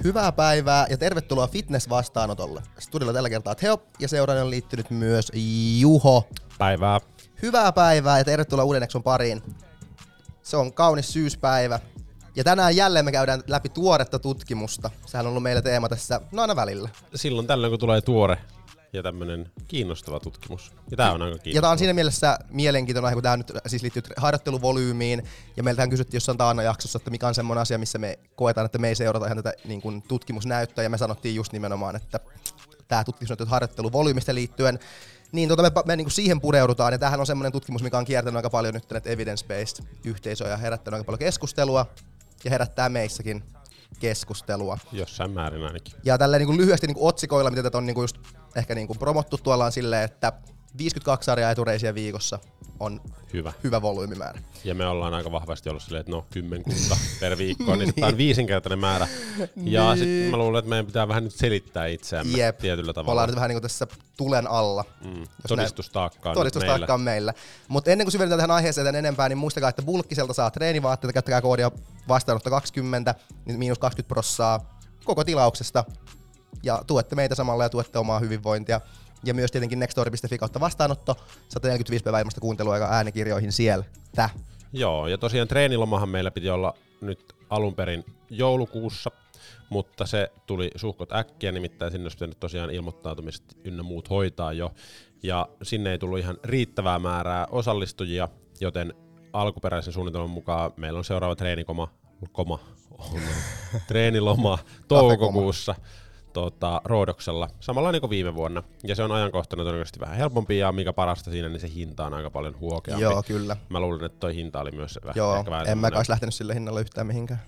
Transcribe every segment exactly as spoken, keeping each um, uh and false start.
Hyvää päivää ja tervetuloa fitness-vastaanotolle. Studiolla tällä kertaa Theo ja seuraajana on liittynyt myös Juho. Päivää. Hyvää päivää ja tervetuloa uuden jakson pariin. Se on kaunis syyspäivä. Ja tänään jälleen me käydään läpi tuoretta tutkimusta. Sehän on ollut meillä teema tässä, no aina välillä. Silloin tällöin, kun tulee tuore ja tämmönen kiinnostava tutkimus. Ja tää on aika kiinnostava. Ja tää on siinä mielessä mielenkiintoinen aihe, kun tää nyt siis liittyy harjoitteluvolyymiin. Ja meiltähän kysyttiin jossain taanna jaksossa, että mikä on semmoinen asia, missä me koetaan, että me ei seurata ihan tätä niin kuin tutkimusnäyttöä. Ja me sanottiin just nimenomaan, että tää tutkimus on harjoitteluvolyymistä liittyen. Niin tota me, me niinku siihen pureudutaan, ja tämähän on semmoinen tutkimus, mikä on kiertänyt aika paljon nyt näitä evidence-based yhteisöjä ja herättänyt aika paljon keskustelua, ja herättää meissäkin keskustelua. Jossain määrin ainakin. Ja tälleen niinku lyhyesti niinku otsikoilla, mitä tätä on niinku just ehkä niinku promottu tuolla on silleen, että viisikymmentäkaksi sarjaa etureisiä viikossa on hyvä, hyvä volyymimäärä. Ja me ollaan aika vahvasti ollut silleen, että no kymmenkunta per viikko, niin tämä on viisinkertainen määrä. Ja niin. Sitten mä luulen, että meidän pitää vähän nyt selittää itseämme Jep. tietyllä tavalla. Ollaan nyt vähän niinku tässä tulen alla. Mm. Todistustaakka on Todistustaakka on meillä. Mutta ennen kuin syvennetään tähän aiheeseen tämän enempää, niin muistakaa, että Bulkkiselta saa treenivaatteita. Käyttäkää koodia vastaanotto kaksikymmentä, niin miinus kaksikymmentä prossaa koko tilauksesta. Ja tuette meitä samalla ja tuette omaa hyvinvointia. Ja myös tietenkin nextory piste fi kautta vastaanotto. sata neljäkymmentäviisi päivää ilmasta kuunteluaikaa äänikirjoihin sieltä. Joo, ja tosiaan treenilomahan meillä piti olla nyt alun perin joulukuussa, mutta se tuli suhkot äkkiä, nimittäin sinne olisi pitänyt tosiaan ilmoittautumista ynnä muut hoitaa jo. Ja sinne ei tullut ihan riittävää määrää osallistujia, joten alkuperäisen suunnitelman mukaan meillä on seuraava treenikoma, koma, on, treeniloma toukokuussa. Tota, Roodoksella, samalla niin kuin viime vuonna. Ja se on ajankohtana todennäköisesti vähän helpompi, ja mikä parasta siinä, niin se hinta on aika paljon huokeampi. Joo, kyllä. Mä luulen, että toi hinta oli myös vähän. Joo, ehkä vähän en mä kai lähtenyt sille hinnalle yhtään mihinkään.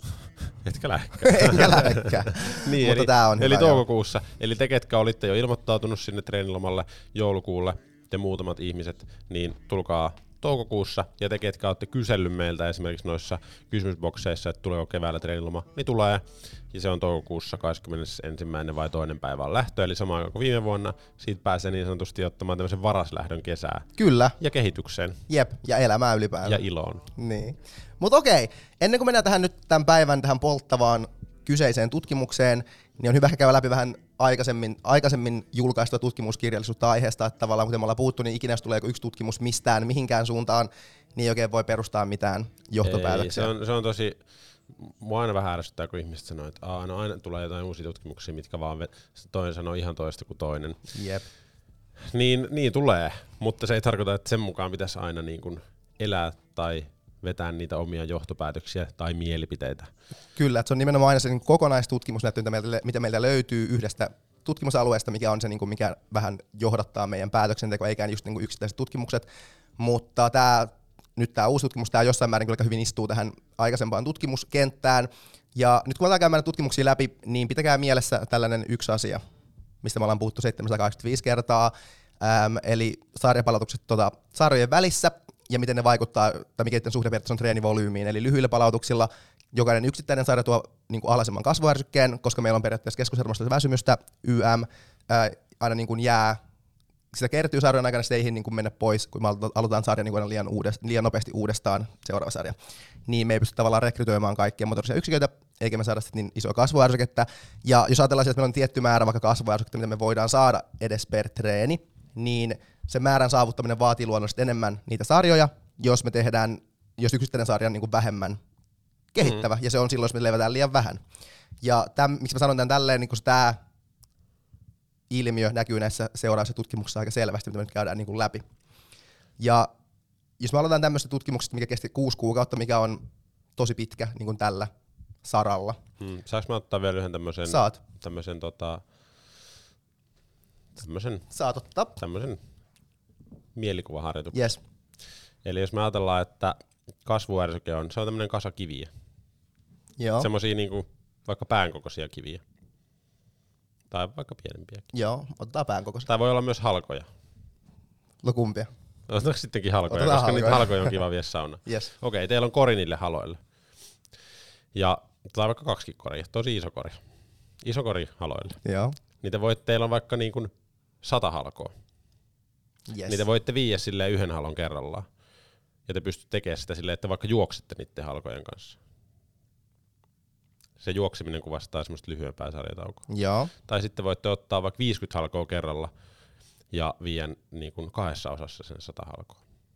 Etkä lähdekään. Enkä lähdekään. Niin, mutta eli, tää on eli hyvä, toukokuussa. Joo. Eli te, ketkä olitte jo ilmoittautunut sinne treenilomalle joulukuulle, te muutamat ihmiset, niin tulkaa toukokuussa, ja te, ketkä olette kysellyt meiltä esimerkiksi noissa kysymysbokseissa, että tuleeko keväällä treeniloma, niin tulee. Ja se on toukokuussa kahdeskymmenesensimmäinen vai toinen päivä on lähtö, eli sama aikaan kuin viime vuonna. Siitä pääsee niin sanotusti ottamaan tämmöisen varaslähdön kesää. Kyllä. Ja kehitykseen. Jep, ja elämää ylipäätään. Ja iloon. Niin. Mut okei, ennen kuin mennään tähän nyt tämän päivän tähän polttavaan kyseiseen tutkimukseen, niin on hyvä käydä läpi vähän aikaisemmin, aikaisemmin julkaistua tutkimuskirjallisuutta aiheesta, että tavallaan kuten me ollaan puhuttu, niin ikinä jos tulee yksi tutkimus mistään mihinkään suuntaan, niin ei oikein voi perustaa mitään johtopäätöksiä. Ei, se, on, se on tosi, mua aina vähän ärsyttää, kun ihmiset sanoo, että Aa, no aina tulee jotain uusia tutkimuksia, mitkä vaan toinen sanoo ihan toista kuin toinen. Jep. Niin, niin tulee, mutta se ei tarkoita, että sen mukaan pitäisi aina niin kuin elää tai vetää niitä omia johtopäätöksiä tai mielipiteitä. Kyllä, että se on nimenomaan aina se niin kokonaistutkimusnäyttö, mitä meiltä, mitä meiltä löytyy yhdestä tutkimusalueesta, mikä on se, niin kuin, mikä vähän johdattaa meidän päätöksentekoa, eikä just niin kuin yksittäiset tutkimukset. Mutta tämä, nyt tämä uusi tutkimus, tämä jossain määrin kyllä hyvin istuu tähän aikaisempaan tutkimuskenttään. Ja nyt kun aletaan käymään tutkimuksia läpi, niin pitäkää mielessä tällainen yksi asia, mistä me ollaan puhuttu seitsemänsataakahdeksankymmentäviisi kertaa, äm, eli sarjapalautukset tota, sarjojen välissä, ja miten ne vaikuttaa, tai mikä suhde periaatteessa on treenivolyymiin. Eli lyhyillä palautuksilla jokainen yksittäinen sarja tuo niin kuin alhaisemman kasvuärsykkeen, koska meillä on periaatteessa keskushermostosta väsymystä, Y M, ää, aina niin kuin jää, sitä kertyy sarjan aikana, sitä ei niin kuin mennä pois, kun me aloitetaan sarja niin kuin liian, uudest, liian nopeasti uudestaan, seuraava sarja. Niin me ei pysty tavallaan rekrytoimaan kaikkia motorisia yksiköitä, eikä me saada sitten niin isoa kasvuärsykettä. Ja jos ajatellaan, että meillä on tietty määrä vaikka kasvuärsykettä, mitä me voidaan saada edes per treeni, niin se määrän saavuttaminen vaatii luonnollisesti enemmän niitä sarjoja, jos me tehdään, jos yksittäinen sarja on niin kuin vähemmän kehittävä, mm. ja se on silloin, jos me levätään liian vähän. Ja tämän, miksi mä sanon tämän tälleen, niin kun tämä ilmiö näkyy näissä seuraavissa tutkimuksissa aika selvästi, mitä me nyt käydään niin kuin läpi. Ja jos me aloitetaan tämmöistä tutkimuksesta, mikä kesti kuusi kuukautta, mikä on tosi pitkä niin kuin tällä saralla. Hmm. Saanko mä ottaa vielä yhden tämmöisen, Saat. tämmöisen, tota, tämmöisen, Saat ottaa. tämmöisen mielikuvaharjoituksen? Yes. Eli jos me ajatellaan, että kasvuärsyke on, se on tämmöinen kasa kiviä. Joo. Semmosia niinku vaikka päänkokoisia kiviä. Tai vaikka pienempiäkin. Joo, otetaan pään kokoisia. Tai voi olla myös halkoja. No kumpia? Otetaanko sittenkin halkoja, Otetaan koska halkoja. niitä halkoja on kiva viedä saunaan. Yes. Okei, teillä on kori niille haloille. Ja tai vaikka kaksikin koria, tosi iso kori. Iso kori haloille. Joo. Niitä voit, teillä on vaikka niin kuin sata halkoa. Yes. Niitä voitte viiä silleen yhden halon kerrallaan. Ja te pystytte tekemään sitä silleen, että vaikka juoksette niiden halkojen kanssa. se juoksiminen kuvastaa semmoista lyhyempää sarjataukoa. Joo. Tai sitten voitte ottaa vaikka viisikymmentä halkoa kerralla ja vien niin kuin kahdessa osassa sen sata halkoa.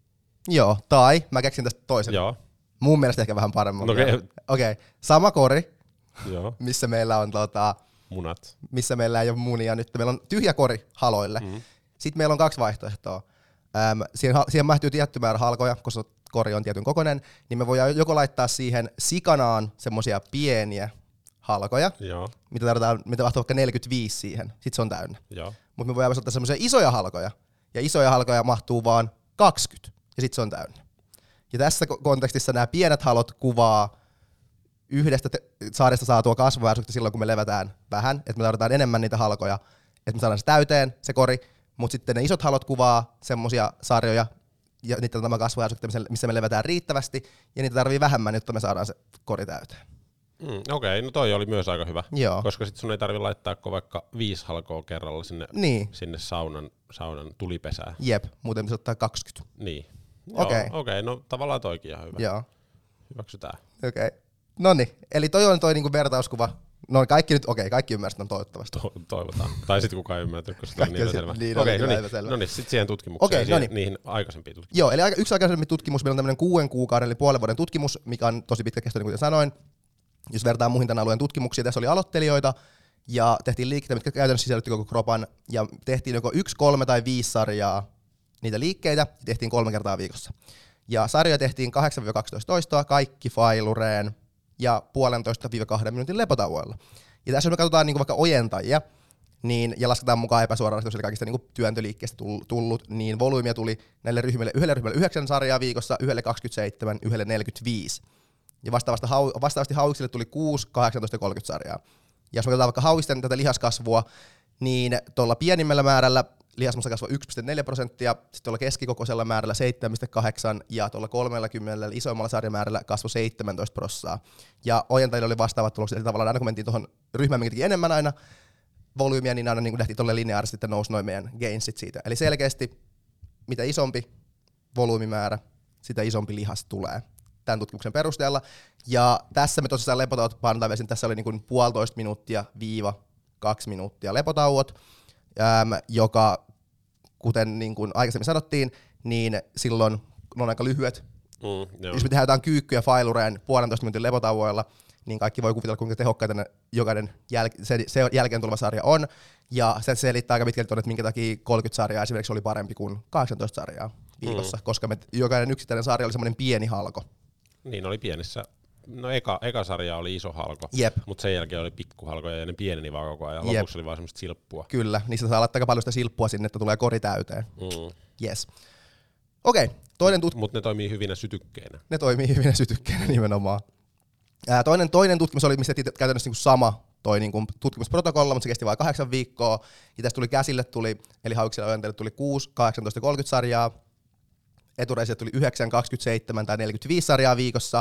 Joo, tai mä keksin tästä toisen. Joo. Mun mielestä ehkä vähän paremmin. Okei. Okay. Okei, okay. Sama kori, Joo. missä meillä on tota, Munat. missä meillä ei ole munia nyt. Meillä on tyhjä kori haloille. Mm-hmm. Sitten meillä on kaksi vaihtoehtoa. Ähm, siihen, siihen mahtuu tietty määrä halkoja, koska kori on tietyn kokoinen, niin me voidaan joko laittaa siihen sikanaan semmosia pieniä halkoja, Joo. mitä tarvitaan, mitä mahtuu vaikka neljäkymmentäviisi siihen, sit se on täynnä. Mutta me voidaan myös ottaa semmosia isoja halkoja, ja isoja halkoja mahtuu vaan kaksikymmentä, ja sit se on täynnä. Ja tässä kontekstissa nämä pienet halot kuvaa yhdestä te- saaresta saatua kasvuärsykettä silloin, kun me levätään vähän, että me tarvitaan enemmän niitä halkoja, että me saadaan se täyteen, se kori, mutta sitten ne isot halot kuvaa semmosia sarjoja, ja niitä on tämä kasvuärsykettä, missä me levätään riittävästi, ja niitä tarvii vähemmän, jotta me saadaan se kori täyteen. Mm, Okei, okay, no toi oli myös aika hyvä, Joo. koska sit sun ei tarvi laittaa vaikka viisi halkoa kerralla sinne, niin. sinne saunan, saunan tulipesään. Jep, muuten se ottaa kaksikymmentä. Niin. Okei. Okay. Okei, okay, no tavallaan toikin ihan hyvä. Joo. Hyväksytään. Okei. Okay. Noniin, eli toi on toi niinku vertauskuva. No kaikki nyt, okei, okay, kaikki ymmärsivät on toivottavasti. To- toivotaan. Tai sitten kukaan ei ymmärtänyt, koska se oli niin selvä. Niin, okei, okay, no niin, no niin, sitten siihen tutkimukseen, okay, siihen, noniin. niihin aikaisempiin tutkimuksiin. Joo, eli yksi aikaisempi tutkimus, meillä on tämmöinen kuuden kuukauden eli puolen vuoden tutkimus, mikä on tosi pitkäkestoinen, kuten sanoin. Jos vertaa muihin tämän alueen tutkimuksiin, tässä oli aloittelijoita ja tehtiin liikkeitä, mitkä käytännössä sisällytti koko kropan ja tehtiin joko yksi, kolme tai viisi sarjaa niitä liikkeitä ja tehtiin kolme kertaa viikossa. Ja sarjoja tehtiin kahdeksan kaksitoista toistoa, kaikki failureen ja puolentoista kahden minuutin lepotauoilla. Ja tässä jos me katsotaan niin vaikka ojentajia, niin, ja lasketaan mukaan epäsuorarasitus, eli kaikista niin työntöliikkeistä tullut, niin volyymia tuli näille ryhmille, yhdelle ryhmälle yhdeksän sarjaa viikossa, yhdelle kaksikymmentäseitsemän, yhdelle neljäkymmentäviisi. Ja vastaavasti, hau, vastaavasti hauiksille tuli kuusi, kahdeksantoista ja kolmekymmentä sarjaa. Ja jos me katsotaan vaikka hauisten tätä lihaskasvua, niin tuolla pienimmällä määrällä lihasmassa kasvoi yksi pilkku neljä prosenttia, sitten tuolla keskikokoisella määrällä seitsemän pilkku kahdeksan ja tuolla kolmekymmentä isoimmalla sarjamäärällä kasvoi seitsemäntoista prosenttia. Ja ojentajilla oli vastaavat tulokset, eli tavallaan aina kun mentiin tuohon ryhmään, minkä teki enemmän aina volyymiä, niin aina niin lähti tuolle lineaarisesti, että nousi noin meidän gainsit siitä. Eli selkeästi, mitä isompi volyymimäärä, sitä isompi lihas tulee tämän tutkimuksen perusteella. Ja tässä me tosissaan lepotauot pantavesin, tässä oli niin kuin puolitoista minuuttia viiva kaksi minuuttia lepotauot, äm, joka kuten niin kuin aikaisemmin sanottiin, niin silloin ne on aika lyhyet. Mm, jos me tehdään jotain kyykkyjä failureen puolentoista minuutin lepotauoilla, niin kaikki voi kuvitella, kuinka tehokkaita ne jokainen jäl- se, se jälkeen tuleva sarja on. Ja se selittää aika pitkälti tuonne, että minkä takia kolmekymmentä sarjaa esimerkiksi oli parempi kuin kahdeksantoista sarjaa viikossa, mm. koska me, jokainen yksittäinen sarja oli semmoinen pieni halko. Niin oli pienissä. No eka, eka sarja oli iso halko, mutta sen jälkeen oli pikkuhalkoja ja ne pieneni vaan koko ajan. Lopuksi Jep. oli vaan semmoista silppua. Kyllä, niistä saa laittaa aika paljon sitä silppua sinne, että tulee kori täyteen. Mm. Yes. Okei, okay, toinen tutkimus. Mutta ne toimii hyvinä sytykkeinä. Ne toimii hyvinä sytykkeinä nimenomaan. Ää, toinen, toinen tutkimus oli, missä tehtiin käytännössä niinku sama toi niinku tutkimusprotokolla, mutta se kesti vain kahdeksan viikkoa. Ja tästä tuli käsille, tuli, eli hauiksille ojentajille tuli kuusi, kahdeksantoista, kolmekymmentä sarjaa. Etureisille tuli yhdeksän, kaksikymmentäseitsemän tai neljäkymmentäviisi sarjaa viikossa.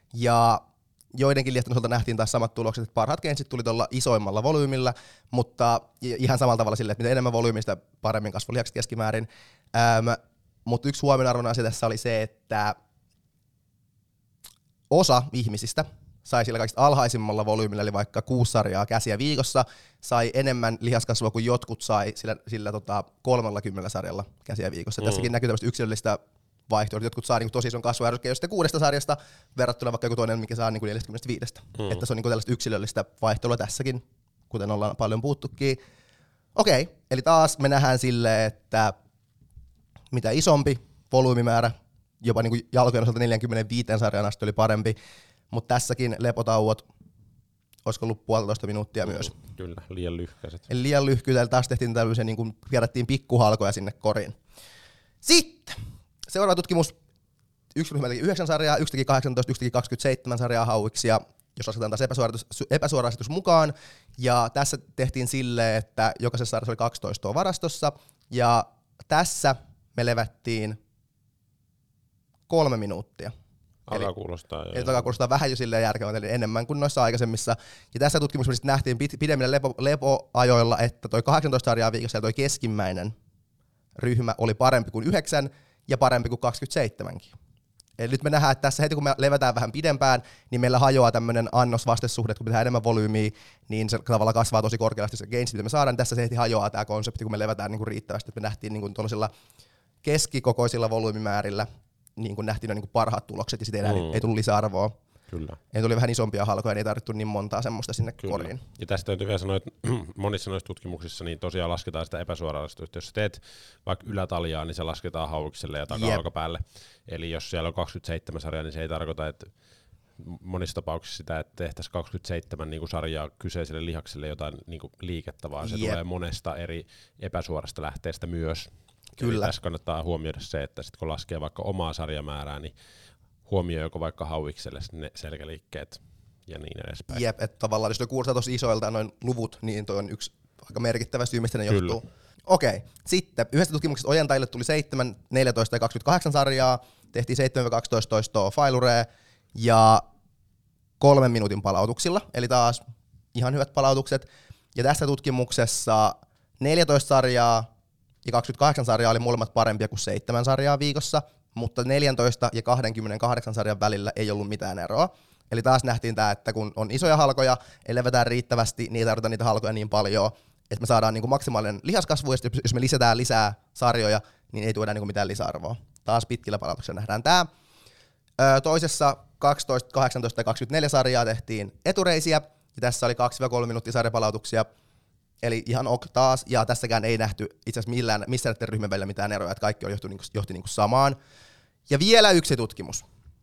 Ja joidenkin lieston osalta nähtiin taas samat tulokset, että parhaat gainsit tuli tuolla isoimmalla volyymilla, mutta ihan samalla tavalla silleen, että mitä enemmän volyymista, paremmin kasvoi lihakset keskimäärin. Ähm, mutta yksi huomionarvoinen asia tässä oli se, että osa ihmisistä sai sillä kaikista alhaisimmalla volyymilla, eli vaikka kuusi sarjaa käsiä viikossa, sai enemmän lihaskasvua kuin jotkut sai sillä, sillä tota, kolmellakymmenellä sarjalla käsiä viikossa. Mm. Tässäkin näkyy tämmöistä yksilöllistä vaihtoehtoa. Jotkut saa niin tosi ison kasvuärsykkeä jostain kuudesta sarjasta verrattuna vaikka joku toinen, mikä saa niin neljäkymmentäviisi. Mm. Että se on niin tällaista yksilöllistä vaihtelua tässäkin, kuten ollaan paljon puhuttukin. Okei, eli taas me nähdään silleen, että mitä isompi volyymimäärä, jopa niin jalkojen osalta neljäkymmentäviisi sarjan asti oli parempi, mutta tässäkin lepotauot, olisiko ollut puolitoista minuuttia mm, myös. Kyllä, liian lyhkäiset. Eli liian lyhkyitä, eli taas tehtiin tämmöisiä, niin kuin kerättiin pikkuhalkoja sinne koriin. Sitten seuraava tutkimus. Yksi ryhmä teki yhdeksän sarjaa, yksi teki kahdeksantoista, yksi teki kaksikymmentäseitsemän sarjaa hauiksia, jos lasketaan taas epäsuora asetus mukaan. Ja tässä tehtiin silleen, että jokaisessa sarjassa oli kaksitoista varastossa, ja tässä me levättiin kolme minuuttia. Alkaa kuulostaa. Eli alkaa kuulostaa vähän jo silleen järkevältä, eli enemmän kuin noissa aikaisemmissa. Ja tässä tutkimuksessa sitten nähtiin pidemmillä lepo, lepoajoilla, että toi kahdeksantoista sarjaa viikossa ja toi keskimmäinen ryhmä oli parempi kuin yhdeksän ja parempi kuin kaksikymmentäseitsemänkin. Eli nyt me nähdään, että tässä heti kun me levätään vähän pidempään, niin meillä hajoaa tämmöinen annos-vastesuhde, kun me tehdään enemmän volyymiä, niin se tavallaan kasvaa tosi korkeasti se gains, mitä me saadaan, niin tässä se heti hajoaa tämä konsepti, kun me levätään niin kuin riittävästi, että me nähtiin niin kuin tuollaisilla keskikokoisilla volyymimäärillä, niin kuin nähtiin ne niin kuin parhaat tulokset, ja sitten ei, mm. ei tullut lisäarvoa. Kyllä. Ja tuli vähän isompia halkoja, niin ei tarvittu niin montaa semmoista sinne Kyllä. koriin. Ja tästä täytyy vielä sanoa, että monissa noissa tutkimuksissa niin tosiaan lasketaan sitä epäsuorallisuutta. Jos teet vaikka ylätaljaa, niin se lasketaan haukikselle ja taka-alkopäälle. Eli jos siellä on kaksikymmentäseitsemän sarjaa, niin se ei tarkoita, että monissa tapauksissa sitä, että tehtäisiin kaksikymmentäseitsemän niin kuin sarjaa kyseiselle lihakselle jotain niin kuin liikettä, vaan se Jep. tulee monesta eri epäsuorasta lähteestä myös. Kyllä. Eli tässä kannattaa huomioida se, että sit kun laskee vaikka omaa sarjamäärää, niin huomioi joko vaikka hauikselle ne selkäliikkeet ja niin edespäin. Jep, että tavallaan jos ne kuulostaa tosi isoilta noin luvut, niin toi on yksi aika merkittävä syy, mistä ne Kyllä. johtuu. Okei, sitten yhdestä tutkimuksesta ojentajille tuli seitsemän, neljätoista ja kaksikymmentäkahdeksan sarjaa, tehtiin seitsemän kaksitoista toistoa failurea ja kolmen minuutin palautuksilla, eli taas ihan hyvät palautukset. Ja tässä tutkimuksessa neljätoista sarjaa ja kaksikymmentäkahdeksan sarjaa oli molemmat parempia kuin seitsemän sarjaa viikossa, mutta neljätoista ja kaksikymmentäkahdeksan sarjan välillä ei ollut mitään eroa. Eli taas nähtiin tämä, että kun on isoja halkoja, ei levätään riittävästi, niin ei tarvita niitä halkoja niin paljon, että me saadaan niinku maksimaalinen lihaskasvu, ja jos me lisätään lisää sarjoja, niin ei tuoda niinku mitään lisäarvoa. Taas pitkillä palautuksilla nähdään tämä. Toisessa kaksitoista, kahdeksantoista ja kaksikymmentäneljä sarjaa tehtiin etureisiä, ja tässä oli kaksi kolme minuuttia sarjapalautuksia, eli ihan ok taas, ja tässäkään ei nähty itse asiassa millään, missään näiden ryhmän välillä mitään eroja, että kaikki oli johti, niinku, johti niinku samaan. Ja vielä yksi tutkimus.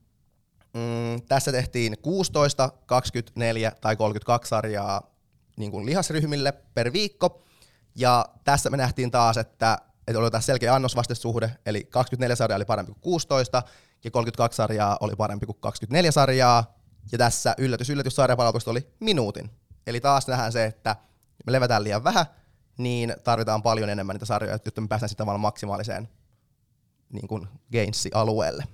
Mm, tässä tehtiin kuusitoista, kaksikymmentäneljä tai kolmekymmentäkaksi sarjaa niin kuin lihasryhmille per viikko, ja tässä me nähtiin taas, että, että oli taas selkeä annosvastesuhde, eli kaksikymmentäneljä sarjaa oli parempi kuin kuusitoista, ja kolmekymmentäkaksi sarjaa oli parempi kuin kaksikymmentäneljä sarjaa, ja tässä yllätys, yllätys sarjapalautusta oli minuutin. Eli taas nähdään se, että me levätään liian vähän, niin tarvitaan paljon enemmän niitä sarjoja, jotta me päästään sitten tavallaan maksimaaliseen niin kuin gainsi-alueelle.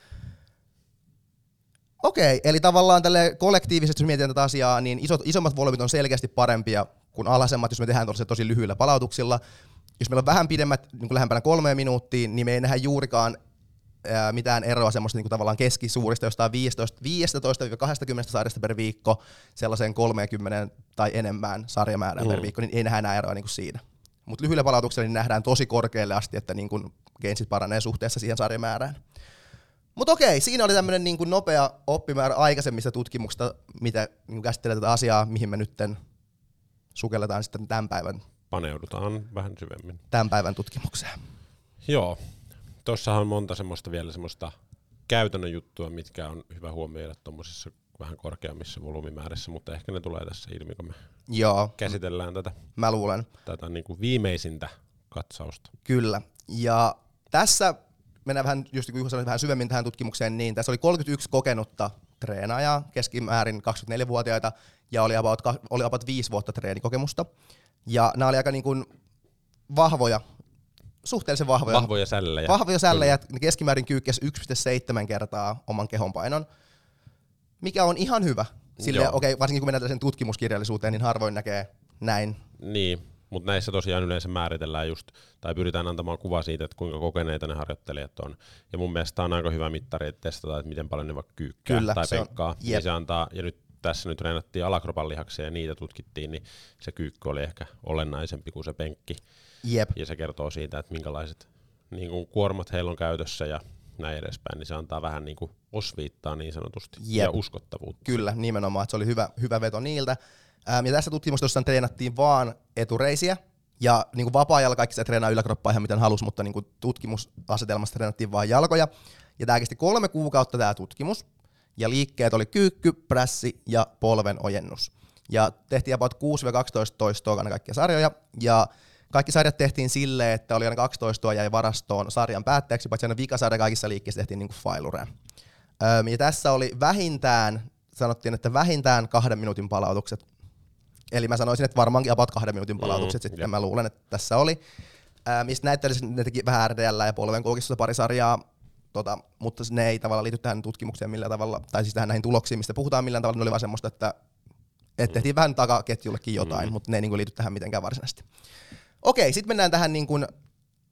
Okei, eli tavallaan tälle kollektiivisesti, jos mietitään tätä asiaa, niin isot, isommat volyymit on selkeästi parempia kuin alhaisemmat, jos me tehdään tosi lyhyillä palautuksilla. Jos meillä on vähän pidemmät, niin kuin lähempänä kolmeen minuuttiin, niin me ei nähdä juurikaan ää, mitään eroa semmoista niin kuin tavallaan keskisuurista, jostain viisitoista kaksikymmentä sarjasta per viikko sellaiseen kolmekymmentä tai enemmän sarjamäärään mm. per viikko, niin ei nähdä enää eroa niin kuin siinä. Mutta lyhyillä palautuksilla niin nähdään tosi korkealle asti, että niin kuin gainsit paranee suhteessa siihen sarjamäärään. Mutta okei, siinä oli tämmöinen niin kuin nopea oppimäärä aikaisemmista tutkimuksista, mitä niin käsittelee tätä asiaa, mihin me nytten sukelletaan sitten tämän päivän. Paneudutaan vähän syvemmin. Tämän päivän tutkimukseen. Joo, tuossahan on monta semmoista vielä semmoista käytännön juttua, mitkä on hyvä huomioida tuommoisissa vähän korkeammissa volyymimäärissä, mutta ehkä ne tulee tässä ilmi, kun me Joo. käsitellään tätä, Mä luulen. tätä niin kuin viimeisintä katsausta. Kyllä, ja tässä mennään vähän, just kun Juha sanoi, vähän syvemmin tähän tutkimukseen, niin tässä oli kolmekymmentäyksi kokenutta treenaajaa, keskimäärin kaksikymmentäneljävuotiaita, ja oli about, oli about viisi vuotta treenikokemusta. Ja nämä oli aika niin kuin vahvoja, suhteellisen vahvoja. Vahvoja sällejä. Vahvoja sällejä, ne keskimäärin kyykkäs yksi pilkku seitsemän kertaa oman kehonpainon, mikä on ihan hyvä. Sille, okei, varsinkin kun mennään tällaisen tutkimuskirjallisuuteen, niin harvoin näkee näin. Niin. Mutta näissä tosiaan yleensä määritellään just, tai pyritään antamaan kuva siitä, että kuinka kokeneita ne harjoittelijat on. Ja mun mielestä tämä on aika hyvä mittari, että testataan, että miten paljon ne vaikka kyykkää Kyllä, tai penkkaa. Ja se antaa, ja nyt tässä nyt treenattiin alakropan lihaksia ja niitä tutkittiin, niin se kyykky oli ehkä olennaisempi kuin se penkki. Jep. Ja se kertoo siitä, että minkälaiset niin kuin kuormat heillä on käytössä ja näin edespäin, niin se antaa vähän niin kuin osviittaa niin sanotusti Jep. ja uskottavuutta. Kyllä, nimenomaan, että se oli hyvä, hyvä veto niiltä. Ja tässä tutkimuksessa treenattiin vaan etureisiä, ja niin kuin vapaa-ajalla kaikki se treenaa yläkroppaa ihan miten halusi, mutta niin kuin tutkimusasetelmassa treenattiin vaan jalkoja. Ja tämä kesti kolme kuukautta tämä tutkimus, ja liikkeet oli kyykky, prässi ja polven ojennus. Ja tehtiin about kuusi kaksitoista toistoa aina kaikkia sarjoja, ja kaikki sarjat tehtiin silleen, että oli aina kaksitoista jäi varastoon sarjan päätteeksi, paitsi aina vikasarja kaikissa liikkeissä tehtiin niin kuin failure. Ja tässä oli vähintään, sanottiin, että vähintään kahden minuutin palautukset. Eli mä sanoisin, että varmaankin about kahden minuutin palautukset, mm, sitten jep. mä luulen, että tässä oli. Ää, mistä näytteli, ne teki vähän R D L ja polvenkulkissa pari sarjaa, tota, mutta ne ei tavallaan liity tähän tutkimukseen millään tavalla, tai siis tähän näihin tuloksiin, mistä puhutaan millään tavalla, ne oli vaan semmoista, että et tehtiin mm. vähän takaketjullekin jotain, mm. mutta ne ei niin kuin liity tähän mitenkään varsinaisesti. Okei, sitten mennään tähän niin kuin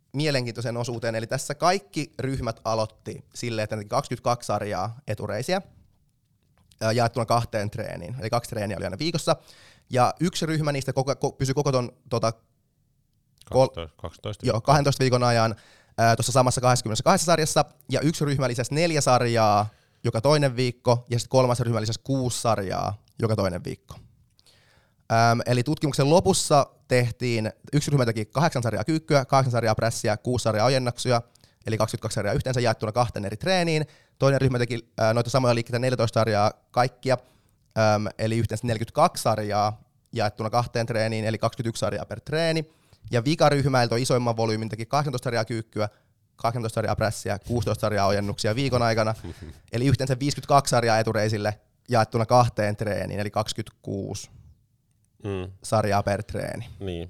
mielenkiintoisen osuuteen. Eli tässä kaikki ryhmät aloitti silleen, että ne teki kaksikymmentäkaksi sarjaa etureisiä jaettuna kahteen treeniin. Eli kaksi treeniä oli aina viikossa. Ja yksi ryhmä niistä koko, ko, pysyi koko ton tota, kol, kaksitoista joo, kahdentoista viikon ajan tuossa samassa kaksikymmentäkaksi sarjassa. Ja yksi ryhmä lisäsi neljä sarjaa joka toinen viikko. Ja sitten kolmas ryhmä lisäsi kuusi sarjaa joka toinen viikko. Ähm, eli tutkimuksen lopussa tehtiin, yksi ryhmä teki kahdeksan sarjaa kyykkyä, kahdeksan sarjaa prässiä, kuusi sarjaa ojennaksuja, eli kaksikymmentäkaksi sarjaa yhteensä jaettuna kahteen eri treeniin. Toinen ryhmä teki äh, noita samoja liikkeitä neljätoista sarjaa kaikkia, ähm, eli yhteensä neljäkymmentäkaksi sarjaa jaettuna kahteen treeniin, eli kaksikymmentäyksi sarjaa per treeni. Ja vikaryhmä, eli isoimman volyymin, teki kahdeksantoista sarjaa kyykkyä, kahdeksantoista sarjaa prässiä, kuusitoista sarjaa ojennuksia viikon aikana, eli yhteensä viisikymmentäkaksi sarjaa etureisille jaettuna kahteen treeniin, eli kaksikymmentäkuusi. Mm. sarjaa per treeni. Niin.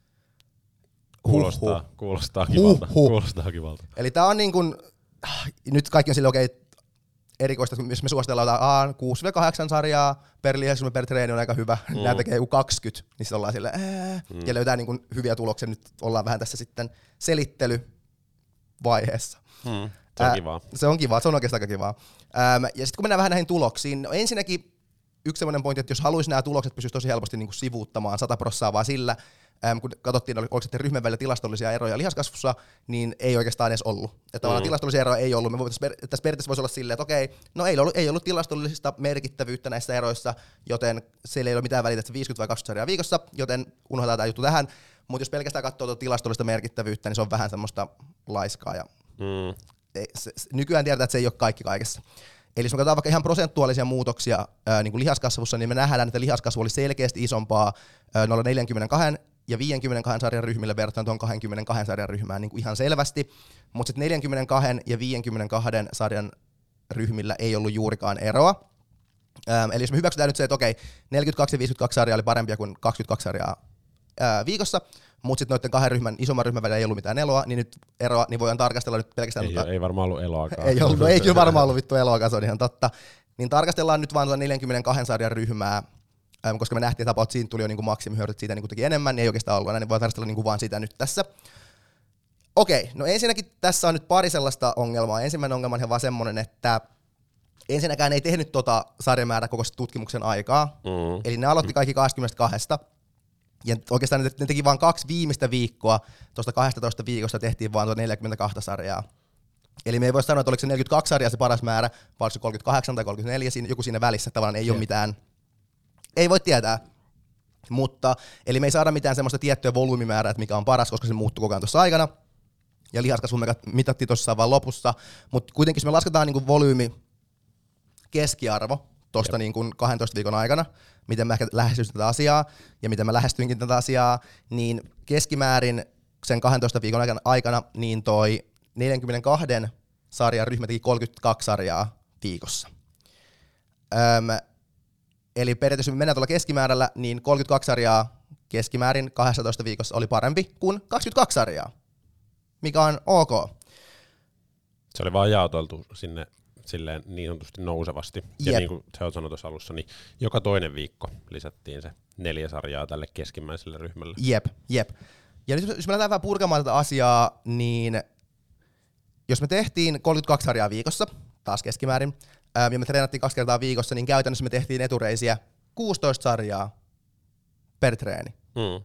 Kuulostaa, huh, huh. kuulostaa kivalta. Huh, huh. Kuulostaa kivalta. Eli tää on niin kuin, nyt kaikki on silleen okei, okay, erikoista, jos me suositellaan jotain kuusi kahdeksan sarjaa per lihaksemme per treeni on aika hyvä. Mm. Nää tekee joku kaksikymmentä, niin sitten ollaan silleen mm. ja löytää niin kuin hyviä tuloksia. Nyt ollaan vähän tässä sitten selittelyvaiheessa. Mm. Se on äh, kivaa. Se on kivaa, se on oikeastaan aika kivaa. Ähm, ja sitten kun mennään vähän näihin tuloksiin, no ensinnäkin yksi semmoinen pointti, että jos haluaisi nämä tulokset pystyisi tosi helposti niin kuin sivuuttamaan sata prosenttia vaan sillä, äm, kun katsottiin, oliko sitten ryhmän välillä tilastollisia eroja lihaskasvussa, niin ei oikeastaan edes ollut. Että tavallaan mm. tilastollisia eroja ei ollut. Me voitaisiin, tässä periaatteessa voisi olla silleen, että okei, no ei ollut, ei ollut tilastollisista merkittävyyttä näissä eroissa, joten siellä ei ole mitään väliä, että viisikymmentä vai kaksikymmentä sarjaa viikossa, joten unohdetaan tämä juttu tähän. Mutta jos pelkästään katsoo tuota tilastollista merkittävyyttä, niin se on vähän semmoista laiskaa. Ja mm. ei, se, nykyään tiedetään, että se ei ole kaikki kaikessa. Eli jos me katsotaan vaikka ihan prosentuaalisia muutoksia ää, niin kuin lihaskasvussa, niin me nähdään, että lihaskasvu oli selkeästi isompaa ää, nolla neljäkymmentäkaksi ja viisikymmentäkaksi sarjan ryhmille verrattuna tuon kaksikymmentäkaksi sarjan ryhmään niin kuin ihan selvästi. Mutta sitten neljäkymmentäkaksi ja viisikymmentäkaksi sarjan ryhmillä ei ollut juurikaan eroa. Ähm, eli jos me hyväksytään nyt se, että okei, neljäkymmentäkaksi ja viisikymmentäkaksi sarjaa oli parempia kuin kaksikymmentäkaksi sarjaa ää, viikossa, mutta sitten noiden kahden ryhmän, isomman ryhmän välillä ei ollut mitään eloa, niin nyt eroa, niin voidaan tarkastella nyt pelkästään... Ei, tota, ei varmaan ollut eloakaan. Ei, ollut, no ei kyllä varmaan ollut vittu eloakaan, se on ihan totta. Niin tarkastellaan nyt vaan tuota neljäkymmentäkaksi sarjan ryhmää, äm, koska me nähtiin, että siitä tuli jo niin maksimihyödyt, siitä niin teki enemmän, niin ei oikeastaan ollut, niin voidaan tarkastella niin vaan sitä nyt tässä. Okei, no ensinnäkin tässä on nyt pari sellaista ongelmaa. Ensimmäinen ongelma on ihan vaan semmoinen, että ensinnäkään ei tehnyt tota sarjamäärää koko tutkimuksen aikaa, mm. eli ne aloitti kaikki kaksikymmentäkaksi. Ja oikeastaan ne teki vain kaksi viimeistä viikkoa, tuosta kaksitoista viikosta tehtiin vaan tuo neljäkymmentäkaksi sarjaa. Eli me ei voi sanoa, että oliko se neljäkymmentäkaksi sarjaa se paras määrä, vai oliko se kolmekymmentäkahdeksan tai kolmekymmentäneljä, joku siinä välissä, tavallaan ei yeah. ole mitään, ei voi tietää. Mutta, eli me ei saada mitään semmoista tiettyä volyymimäärää, että mikä on paras, koska se muuttuu koko ajan tuossa aikana. Ja lihaskasvu me mitattiin tuossa vaan lopussa, mutta kuitenkin jos me lasketaan niin kuin volyymi keskiarvo, tuosta niin kuin kahdentoista viikon aikana, miten mä lähestyin tätä asiaa ja miten mä lähestyinkin tätä asiaa, niin keskimäärin sen kahdentoista viikon aikana niin toi neljäkymmentäkaksi sarjan ryhmä teki kolmekymmentäkaksi sarjaa viikossa. Öm, eli periaatteessa jos me mennään tuolla keskimäärällä, niin kolmekymmentäkaksi sarjaa keskimäärin kaksitoista viikossa oli parempi kuin kaksikymmentäkaksi sarjaa, mikä on ok. Se oli vaan jaoteltu sinne silleen niin sanotusti nousevasti. Jep. Ja niin kuin sä oot sanonut tuossa alussa, niin joka toinen viikko lisättiin se neljä sarjaa tälle keskimmäiselle ryhmälle. Jep, jep. Ja nyt jos me lähdetään vähän purkamaan tätä asiaa, niin jos me tehtiin kolmekymmentäkaksi sarjaa viikossa, taas keskimäärin, ja me treenattiin kaksi kertaa viikossa, niin käytännössä me tehtiin etureisiä kuusitoista sarjaa per treeni. Mm.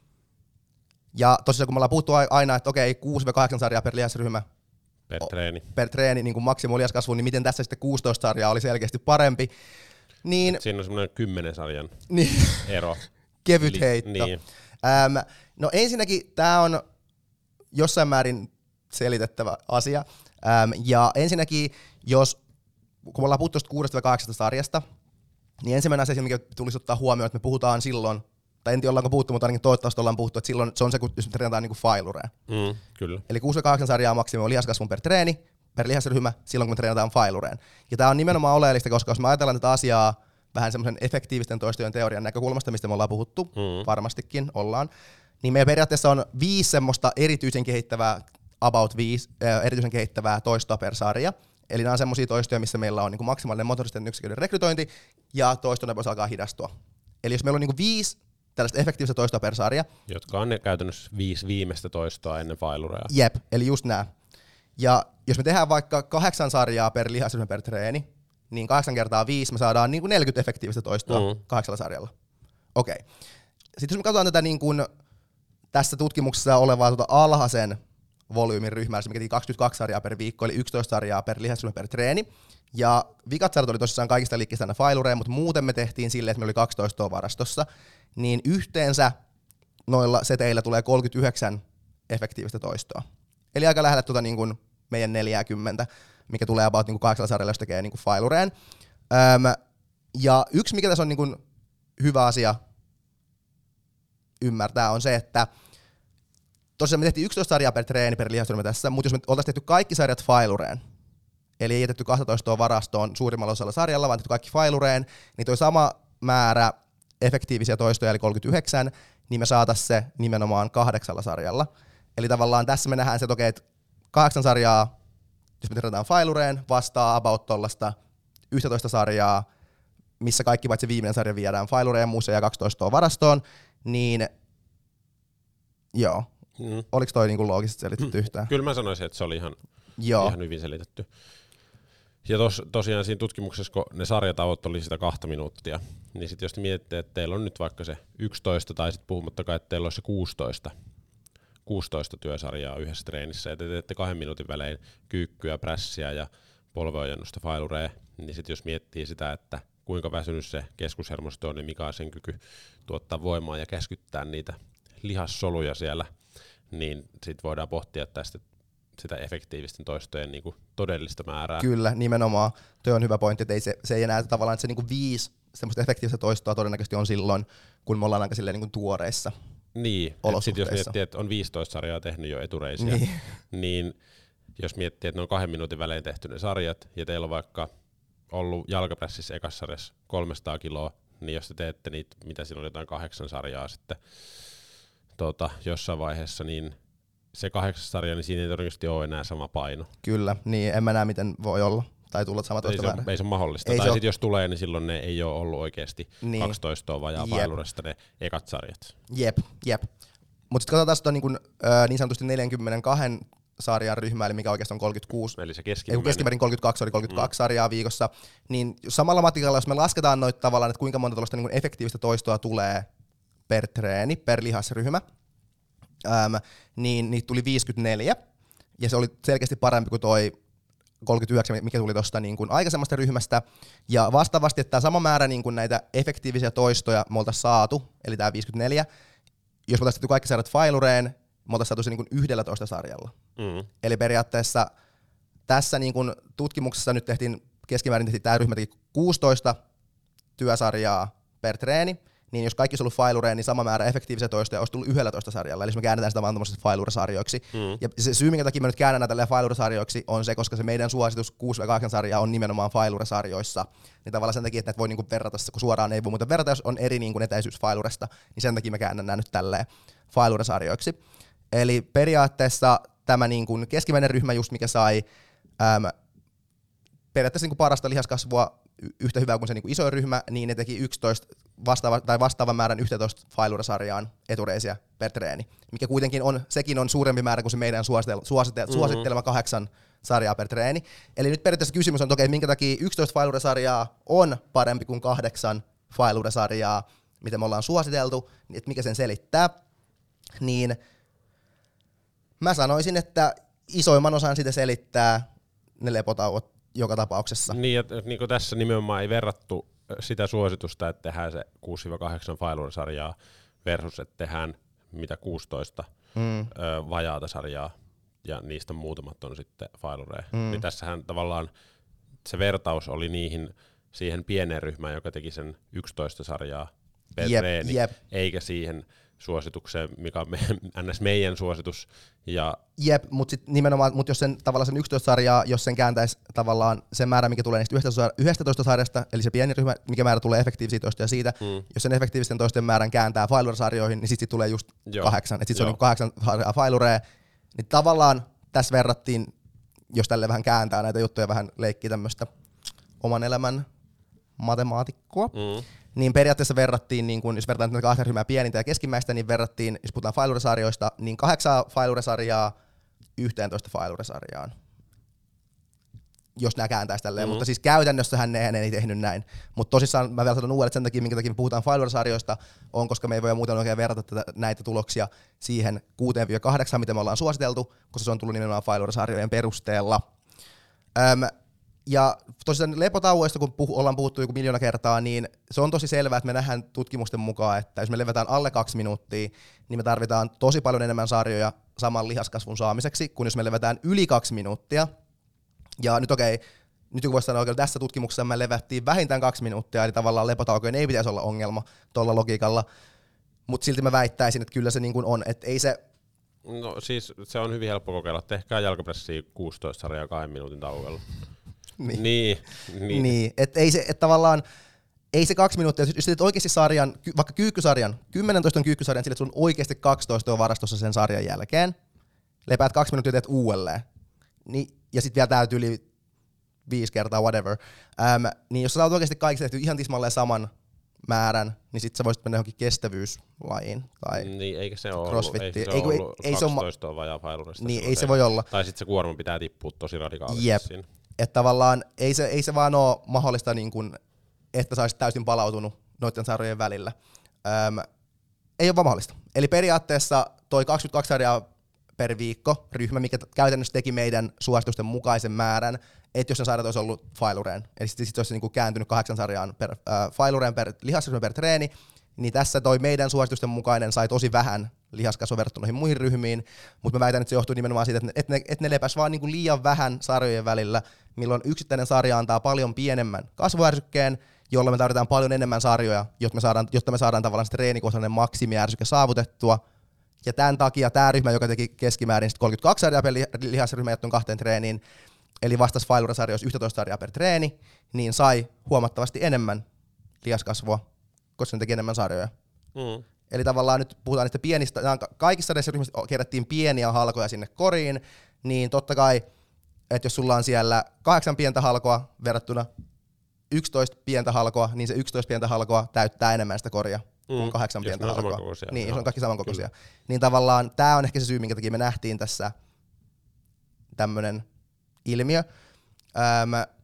Ja tosiaan kun me ollaan puhuttu aina, että okei, kuusi kahdeksan sarjaa per lihasryhmä, Per treeni. Per treeni, niin kuin maksimolihaskasvu, niin miten tässä sitten kuusitoista sarjaa oli selkeästi parempi. Niin, siinä on semmoinen kymmenen sarjan niin, ero. Kevyt heitto. Niin. Ähm, no ensinnäkin tämä on jossain määrin selitettävä asia. Ähm, ja ensinnäkin, jos, kun me ollaan puhuttu kuudesta kahdeksasta sarjasta, niin ensimmäinen asia, mikä tulisi ottaa huomioon, että me puhutaan silloin, tai en tiedä ollaanko puhuttu, mutta ainakin toivottavasti ollaan puhuttu, että silloin se on se, kun jos me treenataan niin failureja. Mm, kyllä. Eli kuusi kahdeksan sarjaa maksimoi lihaskasvun per treeni, per lihasryhmä, silloin kun me treenataan failureen. Ja tämä on nimenomaan oleellista, koska jos me ajatellaan tätä asiaa vähän semmoisen efektiivisten toistojen teorian näkökulmasta, mistä me ollaan puhuttu, mm. varmastikin ollaan, niin meidän periaatteessa on viisi semmoista erityisen kehittävää, about viisi, äh, erityisen kehittävää toistoa per sarja. Eli nämä on semmoisia toistoja, missä meillä on niin kuin maksimaalinen motoristen yksiköiden rekrytointi, ja toistonopeus alkaa hidastua. Eli jos meillä on niin kuin viisi tällaista efektiivistä toistoa per sarja. Jotka on ne käytännössä viisi viimeistä toistoa ennen failureja. Jep, eli just nää. Ja jos me tehdään vaikka kahdeksan sarjaa per lihasryhmä per treeni, niin kahdeksan kertaa viisi me saadaan niin kuin neljäkymmentä efektiivistä toistoa mm. kahdeksalla sarjalla. Okei. Okay. Sitten jos me katsotaan tätä niin kuin tässä tutkimuksessa olevaa tuota alhaisen volyymin ryhmää, mikä teki kaksikymmentäkaksi sarjaa per viikko, eli yksitoista sarjaa per lihasryhmä per treeni. Ja vikat sarjat oli tosissaan kaikista liikkeistä aina failureja, mutta muuten me tehtiin silleen, että meillä oli kaksitoista varastossa. Niin yhteensä noilla seteillä tulee kolmekymmentäyhdeksän efektiivistä toistoa. Eli aika lähellä tuota niin kuin meidän neljäkymmentä, mikä tulee about niin kuin kahdeksalla sarjalla, jos tekee niin kuin failureen. Öm, ja yksi, mikä tässä on niin kuin hyvä asia ymmärtää, on se, että tosiaan me tehtiin yksitoista sarjaa per treeni per lihasryhmä tässä, mutta jos me oltaisiin tehty kaikki sarjat failureen, eli ei jätetty kaksitoista varastoon suurimmalla osalla sarjalla, vaan tehty kaikki failureen, niin tuo sama määrä efektiivisiä toistoja, eli kolmekymmentäyhdeksän, niin me saataisiin se nimenomaan kahdeksalla sarjalla. Eli tavallaan tässä me nähdään se, että okei, että kahdeksan sarjaa, jos me tehdään failureen, vastaa about tollasta yksitoista sarjaa, missä kaikki paitsi viimeinen sarja viedään failureen, muussa ja kaksitoista varastoon, niin joo. Mm. Oliko toi niinku loogisesti selitetty mm. yhtään? Kyllä mä sanoisin, että se oli ihan, ihan hyvin selitetty. Ja tos, tosiaan siinä tutkimuksessa, kun ne sarjatauot oli sitä kahta minuuttia, niin sitten jos te mietitte, että teillä on nyt vaikka se yksitoista tai sitten puhumattakaan, että teillä olisi se kuusitoista, kuusitoista työsarjaa yhdessä treenissä ja te teette kahden minuutin välein kyykkyä, prässiä ja polveojennusta failureja, niin sitten jos miettii sitä, että kuinka väsynyt se keskushermosto on, niin mikä on sen kyky tuottaa voimaa ja käskyttää niitä lihassoluja siellä, niin sitten voidaan pohtia tästä sitä efektiivisten toistojen niinku todellista määrää. Kyllä, nimenomaan. Tuo on hyvä pointti, että ei se, se ei enää tavallaan, että se niinku viisi semmoista efektiivistä toistoa todennäköisesti on silloin, kun me ollaan aika silleen niinku tuoreissa niin, olosuhteissa. Niin, jos miettii, että on viisitoista sarjaa tehnyt jo etureisiä, niin. niin jos miettii, että ne on kahden minuutin välein tehty ne sarjat, ja teillä on vaikka ollut jalkaprässissä ekassa sarjassa kolmesataa kiloa, niin jos te teette niitä, mitä siinä on jotain kahdeksan sarjaa sitten tota, jossain vaiheessa, niin se kahdeksas sarja, niin siinä ei todennäköisesti ole enää sama paino. Kyllä, niin en mä näe miten voi olla. Tai tulla sama toista määrä. Ei se ole mahdollista. Ei tai sitten jos tulee, niin silloin ne ei ole ollut oikeasti niin. kaksitoista vajaa failuresta ne ekat sarjat. Jep, jep. Mutta sitten katsotaan tästä niin, äh, niin sanotusti neljäkymmentäkaksi sarjan ryhmää, eli mikä oikeastaan on kolmekymmentäkuusi. Eli se keskimäärin. Keskimäärin kolmekymmentäkaksi oli kolmekymmentäkaksi mm. sarjaa viikossa. Niin samalla matikalla, jos me lasketaan noita tavallaan, että kuinka monta tuollaista niin efektiivistä toistoa tulee per treeni, per lihasryhmä, ähm, niin niitä tuli viisikymmentäneljä. Ja se oli selkeästi parempi kuin toi kolmekymmentäyhdeksän, mikä tuli tuosta niin kuin aikaisemmasta ryhmästä. Ja vastaavasti, että tämä sama määrä niin kuin näitä efektiivisiä toistoja me oltaisiin saatu, eli tämä viisikymmentäneljä, jos me oltaisiin tehty kaikki sarjat failureen, me oltaisiin saatu se niin kuin yksitoista sarjalla. Mm. Eli periaatteessa tässä niin kuin tutkimuksessa nyt tehtiin, keskimäärin tehtiin tämä ryhmä teki kuusitoista työsarjaa per treeni, niin jos kaikki olisi ollut failureen, niin sama määrä efektiivisiä toistoja olisi tullut yksitoista sarjalla. Eli jos me käännetään sitä vaan tämmöisiksi failure-sarjoiksi. Mm. Ja se syy, minkä takia me nyt käännän näitä failure-sarjoiksi, on se, koska se meidän suositus kuusi kahdeksan sarjaa on nimenomaan failure-sarjoissa. Niin tavallaan sen takia, että näitä voi niinku verrata, kun suoraan ei voi muuta verrata, jos on eri niinku etäisyys failuresta, niin sen takia me käännän nämä nyt tälleen failure-sarjoiksi. Eli periaatteessa tämä niinku keskimmäinen ryhmä, just mikä sai äm, periaatteessa niinku parasta lihaskasvua yhtä hyvää kuin se niinku iso ryhmä, niin ne teki yksitoista vastaava, tai vastaavan määrän yksitoista failure-sarjaan etureisiä per treeni, mikä kuitenkin on, sekin on suurempi määrä kuin se meidän suositel, suositel, mm-hmm. suosittelema kahdeksan sarjaa per treeni. Eli nyt periaatteessa kysymys on, että okei, minkä takia yksitoista failure-sarjaa on parempi kuin kahdeksan failure-sarjaa, mitä me ollaan suositeltu, että mikä sen selittää, niin mä sanoisin, että isoimman osan sitä selittää ne lepotauot joka tapauksessa. Niin, että niin kuin tässä nimenomaan ei verrattu sitä suositusta, että tehdään se kuusi kahdeksan failure-sarjaa versus, että tehdään mitä kuusitoista mm. ö, vajaata sarjaa ja niistä muutamat on sitten failureja. Mm. Niin tässähän tavallaan se vertaus oli niihin siihen pieneen ryhmään, joka teki sen yksitoista sarjaa per jep, treeni, jep. eikä siihen suositukseen, mikä on me, ns. Meidän suositus. Ja jep, mutta sitten nimenomaan, mut jos sen tavallaan sen yksitoista sarjaa, jos sen kääntäisi tavallaan sen määrä, mikä tulee niistä yksitoista sarjasta, eli se pieni ryhmä, mikä määrä tulee efektiivisiä toistoja siitä, mm. jos sen efektiivisten toisten määrän kääntää failure-sarjoihin, niin sitten sit tulee just Joo. kahdeksan, että sitten se on niin kahdeksan failurea, niin tavallaan tässä verrattiin, jos tälle vähän kääntää näitä juttuja, vähän leikkii tämmöistä oman elämän matemaatikkoa, mm. niin periaatteessa verrattiin, niin kun, jos verrataan näitä kahta ryhmää pienintä ja keskimmäistä, niin verrattiin, jos puhutaan Failure-sarjoista, niin kahdeksaa Failure-sarjaa yhteentoista Failure-sarjaan. Jos nämä kääntäisi tälleen, mm-hmm. mutta siis käytännössähän ne ei tehnyt näin. Mutta tosissaan mä vielä sanon uudelleen, että sen takia, minkä takia me puhutaan Failure-sarjoista, on, koska me ei voi muuten oikein verrata tätä, näitä tuloksia siihen kuuteen kahdeksaan, mitä me ollaan suositeltu, koska se on tullut nimenomaan Failure-sarjojen perusteella. Öm, ja tosiaan lepotauoista, kun puh- ollaan puhuttu joku miljoona kertaa, niin se on tosi selvää, että me nähdään tutkimusten mukaan, että jos me levätään alle kaksi minuuttia, niin me tarvitaan tosi paljon enemmän sarjoja saman lihaskasvun saamiseksi, kun jos me levätään yli kaksi minuuttia. Ja nyt okei, nyt kun voisi sanoa, että tässä tutkimuksessa me levättiin vähintään kaksi minuuttia, eli tavallaan lepotaukojen ei pitäisi olla ongelma tuolla logiikalla, mutta silti mä väittäisin, että kyllä se niin kuin on, että ei se... No siis se on hyvin helppo kokeilla, tehkää jalkapressiä kuusitoista sarjaa kahden minuutin tauolla. Niin, niin, niin. niin että ei se, että tavallaan, ei se kaksi minuuttia, jos teet oikeasti sarjan, vaikka kyykkysarjan, kymmenen toiston kyykkysarjan, sille, että sulla on oikeasti kaksitoista on varastossa sen sarjan jälkeen, lepäät kaksi minuuttia teet uudelleen, niin, ja sitten vielä täytyy yli viisi kertaa, whatever, ähm, niin jos sä saat oikeasti kaikista tehty ihan tismalleen saman määrän, niin sit sä voisit mennä johonkin kestävyyslajiin tai niin, eikä se ole crossfittiin. Ollut, ei, ei, ollut ei, kaksitoista on vajaa Failuresta. Niin, ei se voi olla. Tai sitten se kuorma pitää tippua tosi radikaalisti Jep. siinä. Että tavallaan ei se, ei se vaan ole mahdollista, niin kun, että sä olisit täysin palautunut noiden sarjojen välillä. Öm, ei ole vaan mahdollista. Eli periaatteessa toi kaksikymmentäkaksi sarjaa per viikko ryhmä, mikä käytännössä teki meidän suositusten mukaisen määrän, että jos ne sarjat olisi ollut Failureen, eli sitten sit olisi niinku kääntynyt kahdeksan sarjaan per, äh, Failureen per lihasryhmä per treeni, niin tässä toi meidän suositusten mukainen sai tosi vähän lihaskasvua verrattuna noihin muihin ryhmiin, mutta mä väitän, että se johtuu nimenomaan siitä, että ne, että ne, että ne lepäs vaan niinku liian vähän sarjojen välillä, milloin yksittäinen sarja antaa paljon pienemmän kasvuärsykkeen, jolla me tarvitaan paljon enemmän sarjoja, jotta me saadaan, jotta me saadaan tavallaan se treenikohtainen maksimiärsyke saavutettua. Ja tämän takia tämä ryhmä, joka teki keskimäärin kolmekymmentäkaksi sarjaa per lihasryhmä jättön kahteen treeniin, eli vastasi Failure-sarjoissa yksitoista sarjaa per treeni, niin sai huomattavasti enemmän lihaskasvua, koska ne teki enemmän sarjoja. Mm. Eli tavallaan nyt puhutaan niistä pienistä, kaikissa näissä ryhmissä kerättiin pieniä halkoja sinne koriin, niin totta kai, että jos sulla on siellä kahdeksan pientä halkoa verrattuna yksitoista pientä halkoa, niin se yksitoista pientä halkoa täyttää enemmän sitä koria kuin mm. kahdeksan pientä halkoa. Niin, jos on kaikki samankokoisia. Kyllä. Niin tavallaan tämä on ehkä se syy, minkä takia me nähtiin tässä tämmönen ilmiö. Öm,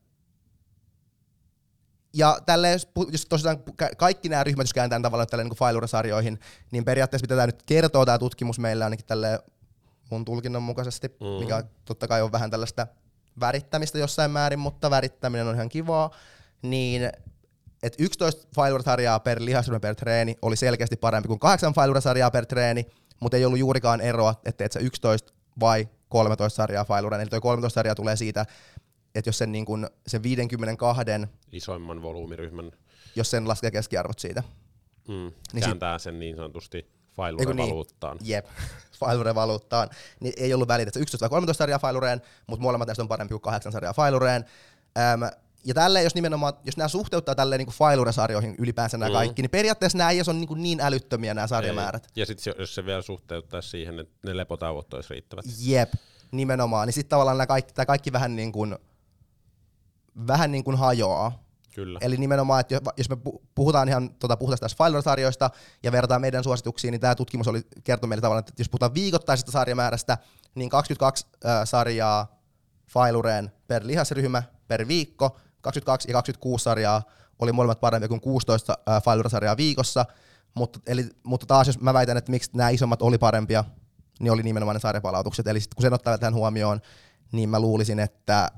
ja tälleen, jos, jos tosiaan kaikki nämä ryhmät, jos kääntään tavallaan tälleen niin kuin Failure-sarjoihin, niin periaatteessa mitä tämä nyt kertoo tämä tutkimus meille ainakin tälleen mun tulkinnan mukaisesti, mm. mikä totta kai on vähän tällaista värittämistä jossain määrin, mutta värittäminen on ihan kivaa, niin että yksitoista Failure-sarjaa per lihasryhmä per treeni oli selkeästi parempi kuin kahdeksan Failure-sarjaa per treeni, mutta ei ollut juurikaan eroa, että teet sä yksitoista vai kolmetoista sarjaa Failureen. Eli toi kolmetoista sarjaa tulee siitä, että jos sen, niin kun, sen viisikymmentäkaksi isoimman volyymiryhmän, jos sen laskee keskiarvot siitä. Mm, niin kääntää sit, sen niin sanotusti Failure-valuuttaan. Niin, jep, Failure-valuuttaan. Niin ei ollut väliä, että yksitoista vai kolmetoista sarjaa Failureen, mutta molemmat näistä on parempi kuin kahdeksan sarjaa Failureen. Ähm, ja tälleen, jos nimenomaan, jos nämä suhteuttaa tälleen niin Failure-sarjoihin ylipäänsä nämä mm. kaikki, niin periaatteessa nämä ei ole niin, niin älyttömiä nämä sarjamäärät. Ei. Ja sitten jos se vielä suhteuttaa siihen, että ne lepotauot olisi riittävät. Jep, nimenomaan. Niin sitten tavallaan nämä kaikki, tämä kaikki vähän niin kuin, vähän niin kuin hajoaa. Kyllä. Eli nimenomaan, että jos me puhutaan ihan tuota, puhtaasti tässä Failure-sarjoista ja verrataan meidän suosituksiin, niin tämä tutkimus oli kertoi meille tavallaan, että jos puhutaan viikoittaisesta sarjamäärästä, niin kaksikymmentäkaksi äh, sarjaa Failureen per lihasryhmä per viikko, kaksikymmentäkaksi ja kaksikymmentäkuusi sarjaa oli molemmat parempia kuin kuusitoista äh, Failure-sarjaa viikossa, mutta, eli, mutta taas jos mä väitän, että miksi nämä isommat oli parempia, niin oli nimenomaan ne sarjapalautukset. Eli sit, kun sen ottaa tähän huomioon, niin mä luulisin, että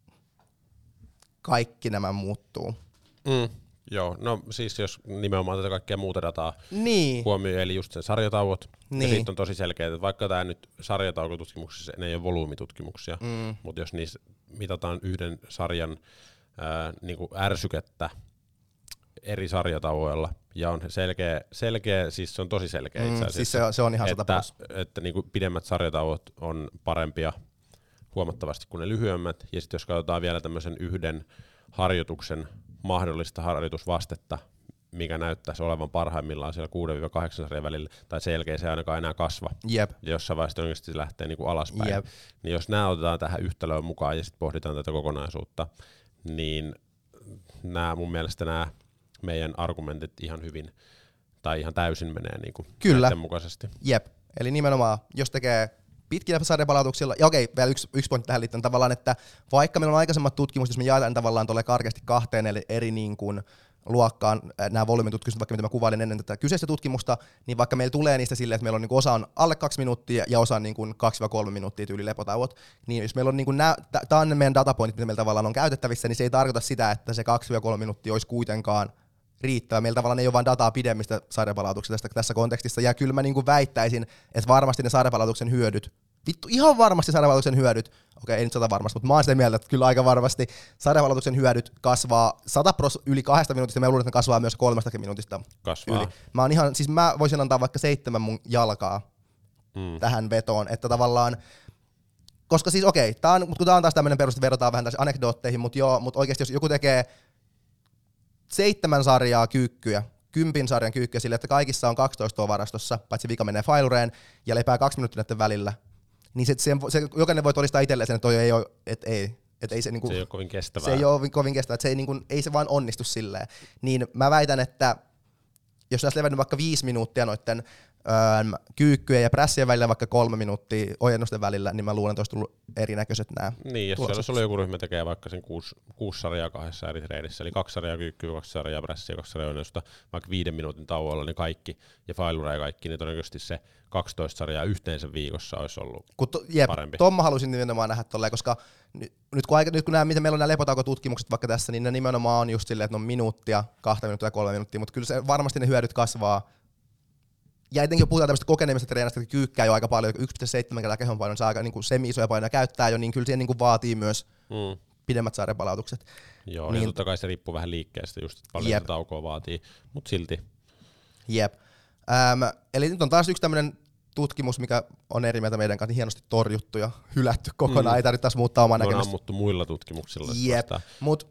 kaikki nämä muuttuu. Mm, joo, no siis jos nimenomaan tätä kaikkea muuta dataa niin. huomioon, eli just sen sarjatauot, niin. Ja sitten on tosi selkeää, että vaikka tämä nyt sarjataukotutkimuksissa, ne ei ole volyymitutkimuksia, mm. mutta jos niissä mitataan yhden sarjan ää, niinku ärsykettä eri sarjatauoilla, ja on selkeä, selkeä, siis se on tosi selkeä itse asiassa, mm, siis se, on, se on ihan että, että niinku pidemmät sarjatauot on parempia huomattavasti kuin ne lyhyemmät, ja sitten jos katsotaan vielä tämmöisen yhden harjoituksen mahdollista harjoitusvastetta, mikä näyttäisi olevan parhaimmillaan siellä kuudesta kahdeksaan sarjan välillä, tai sen jälkeen se ei ainakaan enää kasva, Jep. ja jossain vaiheessa oikeasti se lähtee niinku alaspäin, Jep. niin jos nämä otetaan tähän yhtälöön mukaan ja sitten pohditaan tätä kokonaisuutta, niin nämä mun mielestä nämä meidän argumentit ihan hyvin tai ihan täysin menee niin kuin Kyllä. mukaisesti. Jep. Eli nimenomaan, jos tekee pitkillä sarjapalautuksilla, ja okei, vielä yksi, yksi pointti tähän liittyen tavallaan, että vaikka meillä on aikaisemmat tutkimukset, jos me jaetaan tavallaan tuolle karkeasti kahteen eli eri niin kuin luokkaan nämä volyymitutkimukset, vaikka mitä mä kuvailin ennen tätä kyseistä tutkimusta, niin vaikka meillä tulee niistä silleen, että meillä on niin osa on alle kaksi minuuttia ja osa on niin kuin kaksi kolme minuuttia tyyli lepotauot, niin jos meillä on niin kuin nämä, tämä on ne meidän datapointit, mitä meillä tavallaan on käytettävissä, niin se ei tarkoita sitä, että se kaksi kolme minuuttia olisi kuitenkaan riittävä. Meillä tavallaan ei ole vain dataa pidemmistä sarjapalautuksista tässä kontekstissa, ja kyllä mä niin kuin väittäisin, että varmasti ne sarjapalautuksen hyödyt, vittu ihan varmasti sarjapalautuksen hyödyt, okei ei nyt sata varmasti, mutta mä oon sitä mieltä, että kyllä aika varmasti sarjapalautuksen hyödyt kasvaa sata prosenttia yli kahdesta minuutista, ja mä luulen, että ne kasvaa myös kolmestakin minuutista kasvaa. Yli. Mä oon ihan, siis mä voisin antaa vaikka seitsemän mun jalkaa mm. tähän vetoon, että tavallaan, koska siis okei, tää on, kun tää on taas tämmönen peruste, verrataan vähän tässä anekdootteihin, mutta joo, mutta oikeesti jos joku tekee seitsemän sarjaa kyykkyjä, kympin sarjan kyykkyjä sille, että kaikissa on kaksitoista varastossa, paitsi vika menee failureen ja lepää kaksi minuuttia näiden välillä, niin se, se, se, jokainen voi todistaa itselleen sen, että toi ei ole, että ei, että ei se, niinku, se ei ole kovin kestävää. Se ei ole kovin kestävää, että se ei, niinku, ei se vaan onnistu silleen. Niin mä väitän, että jos olisi levennyt vaikka viisi minuuttia noitten öö, kyykkyjen ja prässien välillä, vaikka kolme minuuttia ojennusten välillä, niin mä luulen, että olisi tullut erinäköiset nämä Niin, jos siellä olisi ollut joku ryhmä tekee vaikka sen kuusi, kuusi sarjaa kahdessa eri treenissä, eli kaksi sarjaa kyykkyä, kaksi sarjaa prässiä, kaksi sarjaa ojennusta, vaikka viiden minuutin tauolla, niin kaikki, ja failure ja kaikki, niin todennäköisesti se kaksitoista sarjaa yhteensä viikossa olisi ollut to, jep, parempi. Tuon mä halusin nimenomaan nähdä tolleen, koska nyt, nyt kun, aika, nyt kun nämä, mitä meillä on nämä lepotaukotutkimukset vaikka tässä, niin ne nimenomaan on just silleen, että ne on minuuttia, kahta minuuttia ja kolme minuuttia, mutta kyllä se varmasti ne hyödyt kasvaa. Ja etenkin kun puhutaan tämmöistä kokeneemmista treenasta, että kyykkää jo aika paljon, yksi pilkku seitsemän kertaa kehonpainon saa aika niin semi-isoja painoja käyttää jo, niin kyllä siihen niin vaatii myös mm. pidemmät sarjapalautukset. Joo, niin, ja totta kai se riippuu vähän liikkeestä, just että paljon taukoa vaatii, mutta silti. Jep. Ähm, eli nyt on taas yksi tämmöinen tutkimus, mikä on eri mieltä meidän kanssa hienosti torjuttu ja hylätty kokonaan, mm. ei tarvitse taas muuttaa omaa näkemystä. On ammuttu muilla tutkimuksilla. Jep, mutta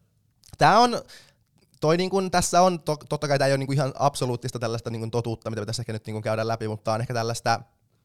tää on, toi niin kun, tässä on, to, totta kai tää ei ole niin ihan absoluuttista tällaista niin totuutta, mitä me tässä ehkä nyt niin käydään läpi, mutta on ehkä tällaista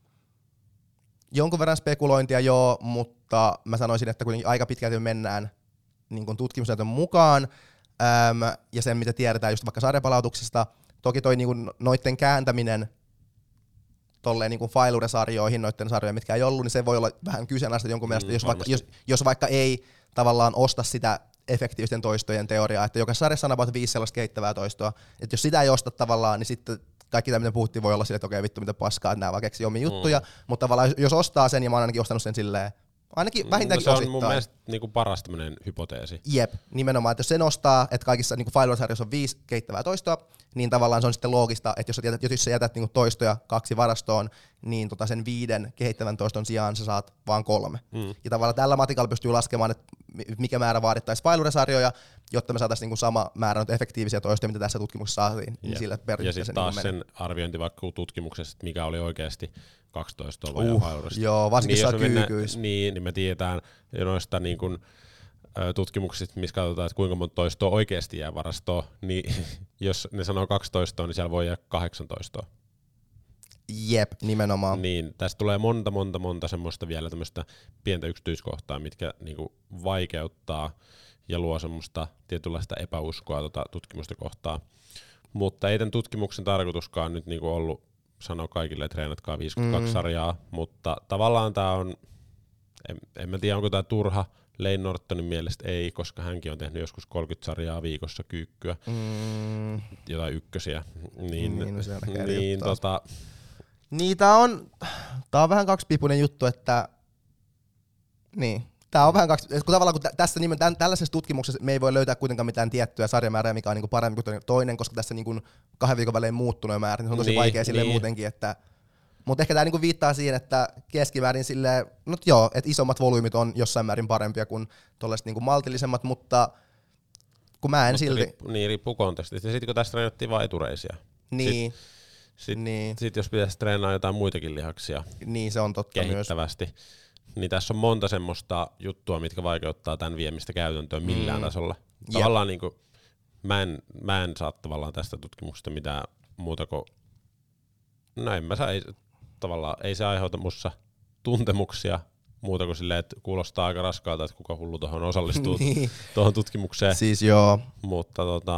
jonkun verran spekulointia joo, mutta mä sanoisin, että kuitenkin aika pitkälti mennään niin tutkimusnäytön mukaan, äm, ja sen mitä tiedetään just vaikka sarjapalautuksesta. Toki toi niin noitten kääntäminen tolleen niin failure-sarjoihin, noitten sarjojen, mitkä ei ollut, niin se voi olla vähän kyseenalaista jonkun mm, mielestä, jos vaikka, jos, jos vaikka ei tavallaan osta sitä efektiivisten toistojen teoriaa, että jokaisessa sarjassa on about viisi sellaista kehittävää toistoa, että jos sitä ei osta tavallaan, niin sitten kaikki tämä, mitä puhuttiin, voi olla silleen, että okei vittu, mitä paskaa, että nämä vaan keksii omia juttuja, mm. mutta tavallaan jos ostaa sen, ja mä oon ainakin ostanut sen silleen, ainakin vähintäänkin osittain. Se on mun mielestä niinku paras tämmönen hypoteesi. Jep, nimenomaan, että jos sen ostaa, että kaikissa niinku failure-sarjoissa on viisi keittävää toistoa, niin tavallaan se on sitten loogista, että jos sä jätät, jos sä jätät niinku toistoja kaksi varastoon, niin tota sen viiden kehittävän toiston sijaan sä saat vaan kolme. Mm. Ja tavallaan tällä matikalla pystyy laskemaan, että mikä määrä vaadittaisi failure-sarjoja, jotta me saataisiin niinku sama määrä efektiivisiä toistoja, mitä tässä tutkimuksessa saatiin. Niin sillä ja sitten taas sen meni. Arviointi vaikka tutkimuksessa, mikä oli oikeasti kaksitoista vai uh, failuresta. Joo, varsinkin niin, saa kyykyys. Niin, niin me tiedetään noista niin kun, tutkimuksista, missä katsotaan, että kuinka monta toistoa oikeasti jää varastoon, niin jos ne sanoo kaksitoista, niin siellä voi jää kahdeksantoista. Jep, nimenomaan. Niin, tästä tulee monta, monta, monta semmoista vielä tämmöistä pientä yksityiskohtaa, mitkä niinku vaikeuttaa ja luo semmoista tietynlaista epäuskoa tota tutkimusta kohtaan. Mutta ei tämän tutkimuksen tarkoituskaan nyt niinku ollut sanoa kaikille, että treenatkaa viisikymmentäkaksi mm. sarjaa, mutta tavallaan tämä on, en, en mä tiedä onko tämä turha, Lane Nortonin mielestä ei, koska hänkin on tehnyt joskus kolmekymmentä sarjaa viikossa kyykkyä, mm. jotain ykkösiä. Niin, niin, no niin tota... Niin, tää on, tää on vähän kaksipiipuinen juttu, että niin, tää on vähän kaksi, kun tavallaan kun tässä nimen, tämän, tällaisessa tutkimuksessa me ei voi löytää kuitenkaan mitään tiettyä sarjamäärää, mikä on niinku parempi kuin toinen, koska tässä niinku kahden viikon välein muuttunut määrä, niin se on tosi niin, vaikea silleen niin. muutenkin, että mutta ehkä tää niinku viittaa siihen, että keskimäärin silleen, no joo, että isommat volyymit on jossain määrin parempia kuin tollaiset niinku maltillisemmat, mutta kun mä en mutta silti... Riippu, niin, riippuu kontekstista. Ja sitten kun tässä treenattiin vaan etureisiä. Niin. Sitten sit, niin. sit jos pitäisi treenaa jotain muitakin lihaksia niin, se on totta kehittävästi, myös. Niin tässä on monta semmoista juttua, mitkä vaikeuttaa tämän viemistä käytäntöön millään mm. tasolla. Tavallaan niin kuin, mä, en, mä en saa tavallaan tästä tutkimuksesta mitään muuta kuin, no en mä saa, ei, tavallaan ei se aiheuta mussa tuntemuksia muuta kuin silleen, että kuulostaa aika raskaalta, että kuka hullu tuohon osallistuu niin. tuohon tutkimukseen. Siis joo. Mutta tota,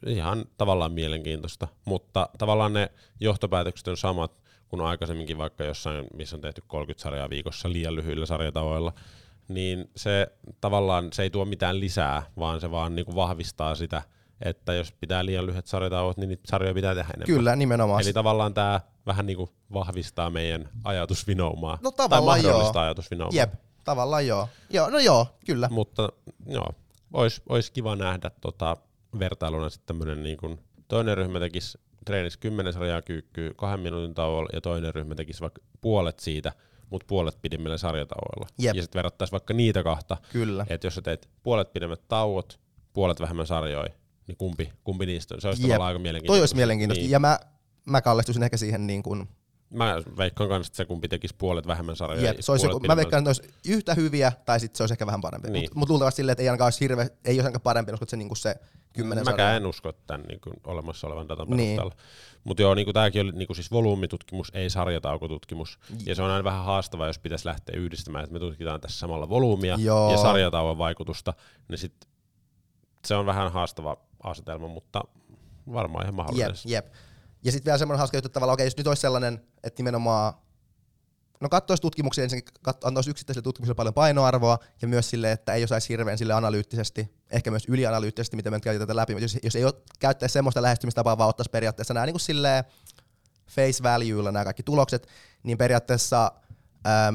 ihan tavallaan mielenkiintoista, mutta tavallaan ne johtopäätökset on samat kuin aikaisemminkin vaikka jossain, missä on tehty kolmekymmentä sarjaa viikossa liian lyhyillä sarjatavoilla, niin se tavallaan se ei tuo mitään lisää, vaan se vaan niinku vahvistaa sitä, että jos pitää liian lyhyet sarjatauot, niin niitä sarjoja pitää tehdä enemmän. Kyllä, nimenomaan. Eli tavallaan tämä vähän niinku vahvistaa meidän ajatusvinoumaa. No tavallaan tai mahdollistaa joo. ajatusvinoumaa. Jep, tavallaan joo. Joo, no joo, kyllä. Mutta joo, olisi olis kiva nähdä tota vertailuna sitten tämmöinen niinku, toinen ryhmä tekisi treenissä kymmenen sarjaa kyykkyä kahden minuutin tauolla ja toinen ryhmä tekisi vaikka puolet siitä, mutta puolet pidemmillä sarjatauoilla. Jep. Ja sitten verrattaisiin vaikka niitä kahta, Kyllä. että jos sä teet puolet pidemmät tauot, puolet vähemmän sarjoja, niin kumpi, kumpi niistä on? Se olisi Jep. tavallaan aika mielenkiintoista. Toi olisi mielenkiintoista. Niin. Ja mä, mä kallistuisin ehkä siihen niin kuin... Mä veikkaan kanssa, että se kumpi tekisi puolet vähemmän sarjoja. Jep, se olisi joku, mä veikkaan, että ne olisi yhtä hyviä, tai sitten se olisi ehkä vähän parempi. Niin. Mutta mut luultavasti silleen, että ei ainakaan olisi hirveä, ei olisi ainakaan parempi, koska se, niin kuin se kymmenen Mäkään sarjaa. en usko tämän niin kuin olemassa olevan datan Niin. perusteella. Mutta joo, niin tämäkin oli niin kuin siis volyymitutkimus, ei sarjataukotutkimus. Ja se on aina vähän haastavaa, jos pitäisi lähteä yhdistämään, että me tutkitaan tässä samalla volyymia Joo. ja sarjatauon vaikutusta. Niin sit se on vähän haastava asetelma, mutta varmaan ihan mahdollinen. Jep, jep. Ja sitten vielä semmoinen hauska juttu, että tavallaan, okei, jos nyt olisi sellainen, että nimenomaan, no katsoisi tutkimuksia ensin, katso, antaisi yksittäiselle tutkimukselle paljon painoarvoa, ja myös sille, että ei osaisi hirveän sille analyyttisesti, ehkä myös ylianalyyttisesti, miten me nyt käytetään tätä läpi, mutta jos, jos ei käyttäisi semmoista lähestymistapaa, vaan ottaisi periaatteessa nämä niin kuin silleen face valuella nämä kaikki tulokset, niin periaatteessa äm,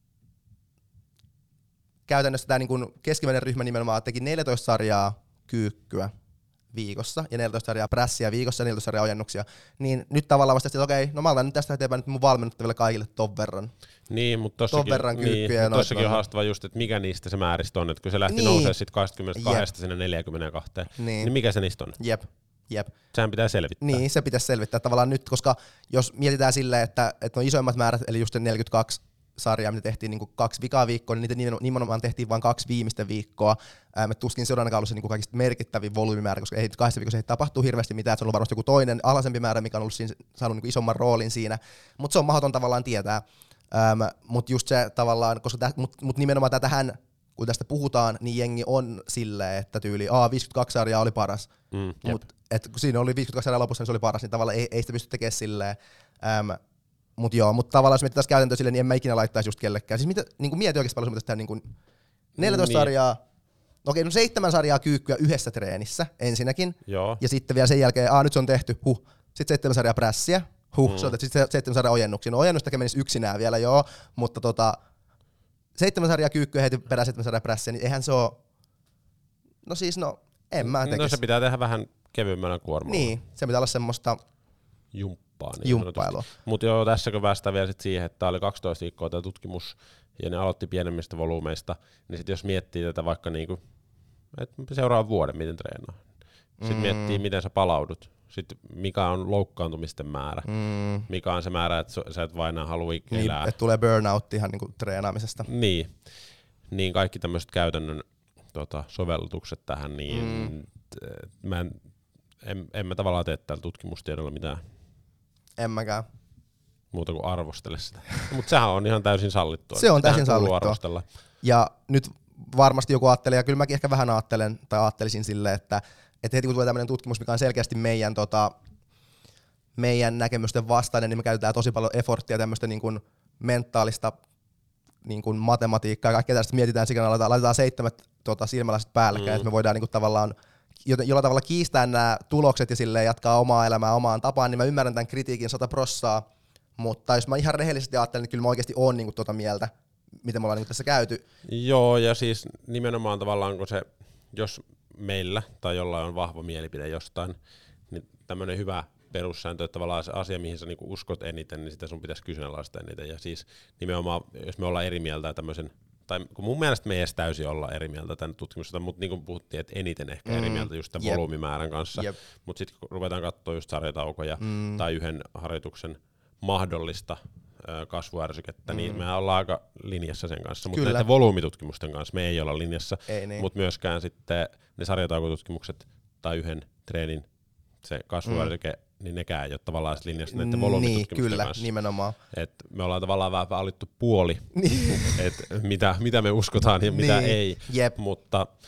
käytännössä tämä niin kuin keskimmäinen ryhmä nimenomaan teki neljätoista sarjaa kyykkyä viikossa ja neljätoista sarjaa prässiä viikossa ja neljätoista sarjaa ojennuksia, niin nyt tavallaan vasta, että okei, no mä otan nyt tästä eteenpäin nyt mun valmennettaville kaikille ton verran. Niin, mutta tossakin, verran kyykkyjä ja niin, tossakin on noita. haastava just, että mikä niistä se määristä on, että kun se lähti Niin. nousee sitten kaksikymmentäkaksi Jep. sinne neljäkymmentäkaksi, Niin. niin mikä se niistä on? Jep, jep. Sehän pitää selvittää. Niin, se pitäisi selvittää tavallaan nyt, koska jos mietitään silleen, että, että on isoimmat määrät, eli just se neljäkymmentäkaksi sarjaa, mitä tehtiin niin kuin kaksi vikaa viikkoa, niin niitä nimenomaan tehtiin vain kaksi viimeistä viikkoa. Ää, tuskin se on ainakaan ollut se niin kuin kaikista merkittävin volyymimäärä, koska ei kahdessa viikossa ei tapahtuu hirveästi mitään, että se on ollut varmasti joku toinen alhaisempi määrä, mikä on ollut siinä, saanut niin kuin isomman roolin siinä, mutta se on mahdoton tavallaan tietää. Mutta just se tavallaan, koska tä, mut, mut nimenomaan tähän, kun tästä puhutaan, niin jengi on silleen, että tyyli a viisikymmentäkaksi sarjaa oli paras, Mm, mutta kun siinä oli viisikymmentäkaksi sarjaa lopussa, niin se oli paras, niin tavallaan ei, ei sitä pysty tekemään silleen. Äm, Mutta joo, mutta tavallaan jos mietitään käytäntöä silleen, niin en mä ikinä laittaisi just kellekään. Siis mitä, niin kuin mietin oikeasti paljon, mitä tehdä niin kuin neljätoista Niin. sarjaa, no okei, no seitsemän sarjaa kyykkyä yhdessä treenissä ensinnäkin, Joo. ja sitten vielä sen jälkeen, aa nyt se on tehty, huh, sitten seitsemän sarjaa prässiä, huh, mm. se on tehty, sitten seitsemän sarjaa ojennuksia. No ojennustake menisi yksinään vielä, joo, mutta tota, seitsemän sarjaa kyykkyä heti perään seitsemän sarjaa prässiä, niin eihän se ole, no siis no, en mä tekisi. No se pitää tehdä vähän kevyemmällä kuormalla. Niin, se pitää olla semmoista Jumppaa. Niin jumppailua. Mutta joo, tässä kun päästään vielä sit siihen, että tämä oli kaksitoista viikkoa tämä tutkimus, ja ne aloitti pienemmistä volyymeista, niin sitten jos miettii tätä vaikka niinku, että seuraavan vuoden, miten treenaa. Sitten Mm. miettii, miten sä palaudut. Sitten mikä on loukkaantumisten määrä. Mm, Mikä on se määrä, että sä et vain enää halua niin, elää. että tulee burnout ihan niinku treenaamisesta. Niin. Niin kaikki tämmöiset käytännön tota, sovellutukset tähän, niin Mm. t- mä en, en, en mä tavallaan tee tällä tutkimustiedolla mitään En mäkään. muuta kuin arvostele sitä. Mutta sehän on ihan täysin sallittua. Se on Sitähän täysin kuuluu sallittua. arvostella. Ja nyt varmasti joku ajattelee, ja kyllä mäkin ehkä vähän ajattelen, tai ajattelisin silleen, että, että heti kun tulee tämmöinen tutkimus, mikä on selkeästi meidän, tota, meidän näkemysten vastainen, niin me käytetään tosi paljon efforttia tämmöistä niin kuin mentaalista niin kuin matematiikkaa ja kaikkea tästä mietitään sikana, laitetaan, laitetaan seitsemät tota, silmälasit päällekkäin, mm. että me voidaan niin kuin tavallaan jollain tavalla kiistää nämä tulokset ja silleen jatkaa omaa elämää omaan tapaan, niin mä ymmärrän tämän kritiikin sata prossaa, mutta jos mä ihan rehellisesti ajattelen, niin kyllä mä oikeasti oon niin kuin tuota mieltä, mitä me ollaan niin kuin tässä käyty. Joo, ja siis nimenomaan tavallaan, kun se, jos meillä tai jollain on vahva mielipide jostain, niin tämmöinen hyvä perussääntö, että tavallaan se asia, mihin sä niinku uskot eniten, niin sitä sun pitäisi kyseenalaistaa eniten. Ja siis nimenomaan, jos me ollaan eri mieltä tämmöisen, tai kun mun mielestä me ei edes täysin olla eri mieltä tämän tutkimuksesta, mutta niin kuin puhuttiin, että eniten ehkä mm. eri mieltä just tämän Jep. volyymimäärän kanssa. Jep. Mutta sitten kun ruvetaan katsoa just sarjataukoja Mm. tai yhden harjoituksen mahdollista ö, kasvuärsykettä, mm. niin me ollaan aika linjassa sen kanssa. Mutta Kyllä. näiden volyymitutkimusten kanssa me ei olla linjassa, Ei niin. mutta myöskään sitten ne sarjataukotutkimukset tai yhden treenin se kasvuärsyke, mm. niin nekään ei ole tavallaan sit linjassa näiden Niin, volyymitutkimusten kyllä, kanssa. nimenomaan. Et me ollaan tavallaan vähän valittu puoli, Niin. että mitä, mitä me uskotaan ja mitä Niin, ei, jep. mutta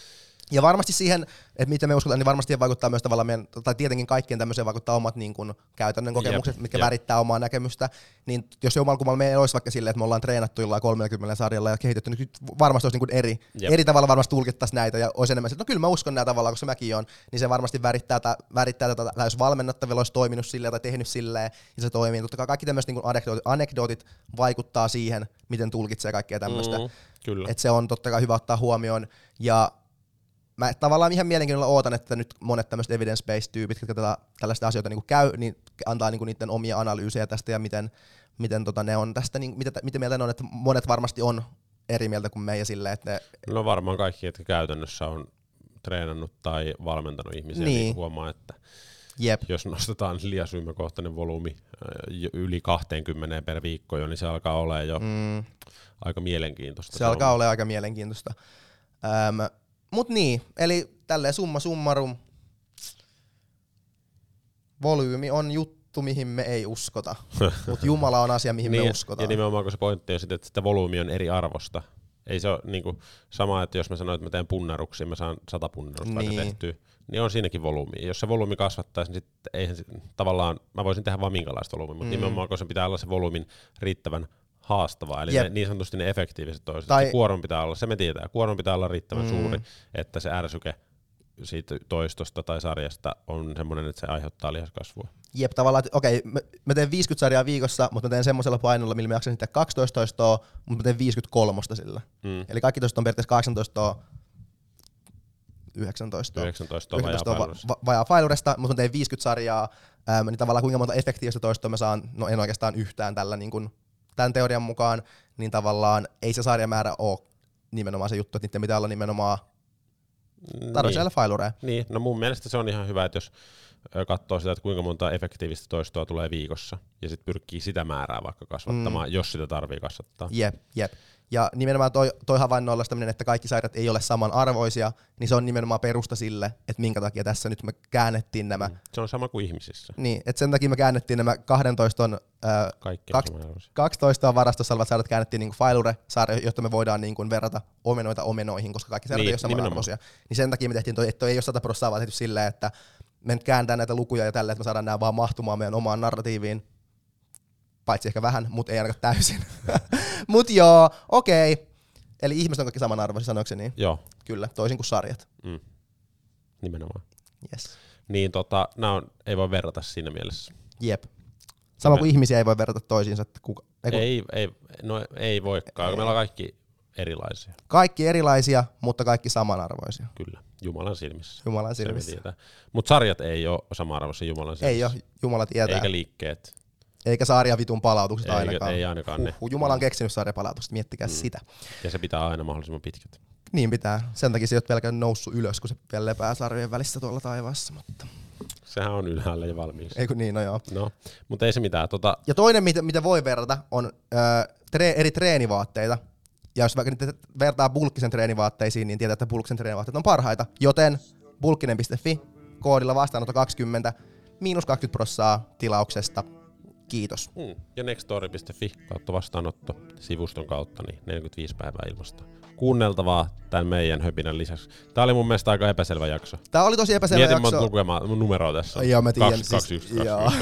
Ja varmasti siihen, että miten me uskotaan, niin varmasti vaikuttaa myös tavallaan meidän, tai tietenkin kaikkien tämmöiseen vaikuttaa omat niin kuin, käytännön kokemukset, jep, mitkä jep. värittää omaa näkemystä. Niin jos jomalkumalla meillä olisi vaikka silleen, että me ollaan treenattu jollain kolmekymmentä sarjalla ja kehitetty, niin varmasti olisi niin kuin eri, eri tavalla varmasti tulkittaisiin näitä ja olisi enemmän, että no kyllä mä uskon näitä tavallaan, koska mäkin on, niin se varmasti värittää, ta, värittää tätä, tai jos valmennettavilla olisi toiminut silleen tai tehnyt silleen, ja se toimii. Totta kai kaikki tämmöiset niin kuin anekdootit, anekdootit vaikuttaa siihen, miten tulkitsee kaikkea tämmöistä. Mm, kyllä. Että se on totta kai hyvä ottaa huomioon. Ja mä tavallaan ihan mielenkiinnolla ootan, että nyt monet tämmöiset evidence-based tyypit, jotka tätä, tällaista asioita niin kuin käy, niin antaa niin kuin niiden omia analyysejä tästä ja miten, miten tota ne on tästä, niin, mitä, mitä mieltä ne on, että monet varmasti on eri mieltä kuin me ja silleen, että ne... No varmaan kaikki, jotka käytännössä on treenannut tai valmentanut ihmisiä, niin, niin huomaa, että jep. jos nostetaan liasryhmäkohtainen volyymi yli kaksikymmentä per viikko jo, niin se alkaa olemaan jo mm. aika mielenkiintoista. Se, se alkaa olemaan aika mielenkiintoista. Öm, Mut niin, eli tälleen summa summarum, volyymi on juttu, mihin me ei uskota, mutta Jumala on asia, mihin niin, me uskotaan. Ja nimenomaan kun se pointti on sitten, että sitä volyymi on eri arvosta. Ei se ole niinku sama, että jos mä sanon, että mä teen punnaruksia, mä saan sata punnarusta niin. vaikka tehtyä, niin on siinäkin volyymi. Jos se volyymi kasvattaisi, niin sitten eihän se, tavallaan, mä voisin tehdä vaan minkälaista volyymia, mutta mm. nimenomaan kun se pitää olla se volyymin riittävän haastavaa, eli ne, niin sanotusti ne efektiiviset toiset. Tai kuoron pitää olla, se me tietää, kuoron pitää olla riittävän mm. suuri, että se ärsyke siitä toistosta tai sarjasta on semmoinen, että se aiheuttaa lihaskasvua. Jep, tavallaan, että okei, mä, mä teen viisikymmentä sarjaa viikossa, mutta mä teen semmoisella painolla, millä mä jaksan sitten kaksitoista toistoa, mutta mä teen viisikymmentäkolme sillä. Mm. Eli kaikki toistot on periaatteessa kahdeksantoista, yhdeksäntoista, yhdeksäntoista vajaa failuresta, mutta mä teen viisikymmentä sarjaa, ähm, niin tavallaan kuinka monta efektiivistä toistoa mä saan, no en oikeastaan yhtään tällä niin kuin tämän teorian mukaan, niin tavallaan ei se sarjamäärä ole nimenomaan se juttu, että niiden pitää olla nimenomaan tarvitsee niin. failureja. Niin, no mun mielestä se on ihan hyvä, että jos katsoo sitä, että kuinka monta efektiivistä toistoa tulee viikossa, ja sitten pyrkii sitä määrää vaikka kasvattamaan, mm. jos sitä tarvii kasvattaa. Jep, jep. Ja nimenomaan toi, toi havainnoillastaminen, että kaikki sairaat ei ole samanarvoisia, niin se on nimenomaan perusta sille, että minkä takia tässä nyt me käännettiin nämä. Mm. Se on sama kuin ihmisissä. Niin, että sen takia me käännettiin nämä kaksitoista äh, kaks, kaksitoista varastossa olevat sairaat käännettiin niin Failure-sarja, jotta me voidaan niin kuin verrata omenoita omenoihin, koska kaikki sairaat niin, ei ole samanarvoisia. Niin sen takia me tehtiin toi, että toi ei ole sata prosenttia vaan tehty silleen, että me nyt kääntää näitä lukuja ja tälleen, että me saadaan nämä vaan mahtumaan meidän omaan narratiiviin. Paitsi ehkä vähän, mutta ei ainakaan täysin. Mut joo, okei. Okay. Eli ihmiset on kaikki samanarvoisia, sanoiko se niin? Joo. Kyllä, toisin kuin sarjat. Mm. Nimenomaan. Yes. Niin tota, nää on, ei voi verrata siinä mielessä. Jep. Sama kuin ihmisiä ei voi verrata toisiinsa. Että kuka, ei, ei, ei, no ei voikaan, ei. Meillä on kaikki erilaisia. Kaikki erilaisia, mutta kaikki samanarvoisia. Kyllä, Jumalan silmissä. Jumalan silmissä. Mutta sarjat ei ole samanarvoisia Jumalan silmissä. Ei ole, Jumala tietää. Eikä liikkeet. Eikä sarja vitun palautukset Eikä, ainakaan. Ei ainakaan ne. Uhuh, Jumala on keksinyt sarjapalautukset, miettikää mm. sitä. Ja se pitää aina mahdollisimman pitkät. Niin pitää. Sen takia se ei ole pelkään noussut ylös, kun se vielä lepää sarjojen välissä tuolla taivaassa. Mutta sehän on ylhäällä jo valmiiksi. Ei kun niin, no joo. No, mutta ei se mitään. Tota... Ja toinen, mitä, mitä voi verrata, on äh, tre- eri treenivaatteita. Ja jos vaikka niitä vertaa bulkkisen treenivaatteisiin, niin tietää, että bulkkisen treenivaatteet on parhaita. Joten bulkkinen piste fi, koodilla vastaanotto kaksikymmentä, miinus kaksikymmentä prosenttia tilauksesta. Kiitos. Mm. Ja nextory piste fi kautta vastaanotto sivuston kautta, niin neljäkymmentäviisi päivää ilmasta. Kuunneltavaa tämän meidän höpinän lisäksi. Tää oli mun mielestä aika epäselvä jakso. Tää oli tosi epäselvä Mietin jakso. Mietin lukemaan mun numeroa tässä. Joo, mä tiedän. kaksi, kaksi, yksi, kaksi,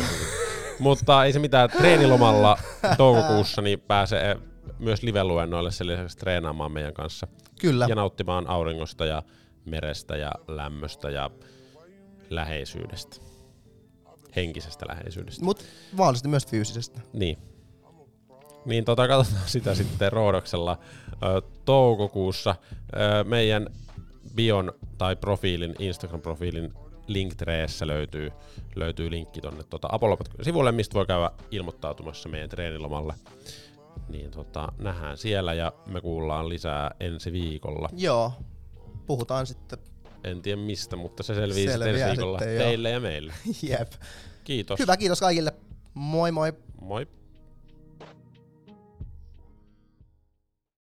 Mutta ei se mitään. Treenilomalla toukokuussa niin pääsee myös live-luennoille sen lisäksi treenaamaan meidän kanssa. Kyllä. Ja nauttimaan auringosta ja merestä ja lämmöstä ja läheisyydestä. Henkisestä läheisyydestä. Mut mahdollisesti myös fyysisestä. Niin. Niin tota, katsotaan sitä sitten Roodoksella ö, toukokuussa. Ö, meidän bion tai profiilin, Instagram-profiilin Linktreessä löytyy, löytyy linkki tonne tota Apollo-sivulle, mistä voi käydä ilmoittautumassa meidän treenilomalle. Niin tota, nähdään siellä ja me kuullaan lisää ensi viikolla. Joo, puhutaan sitten. En tiedä mistä, mutta se selvii sitten ensi viikolla sitten, teille ja meille. Jep. Kiitos. Hyvä, kiitos kaikille. Moi moi. Moi.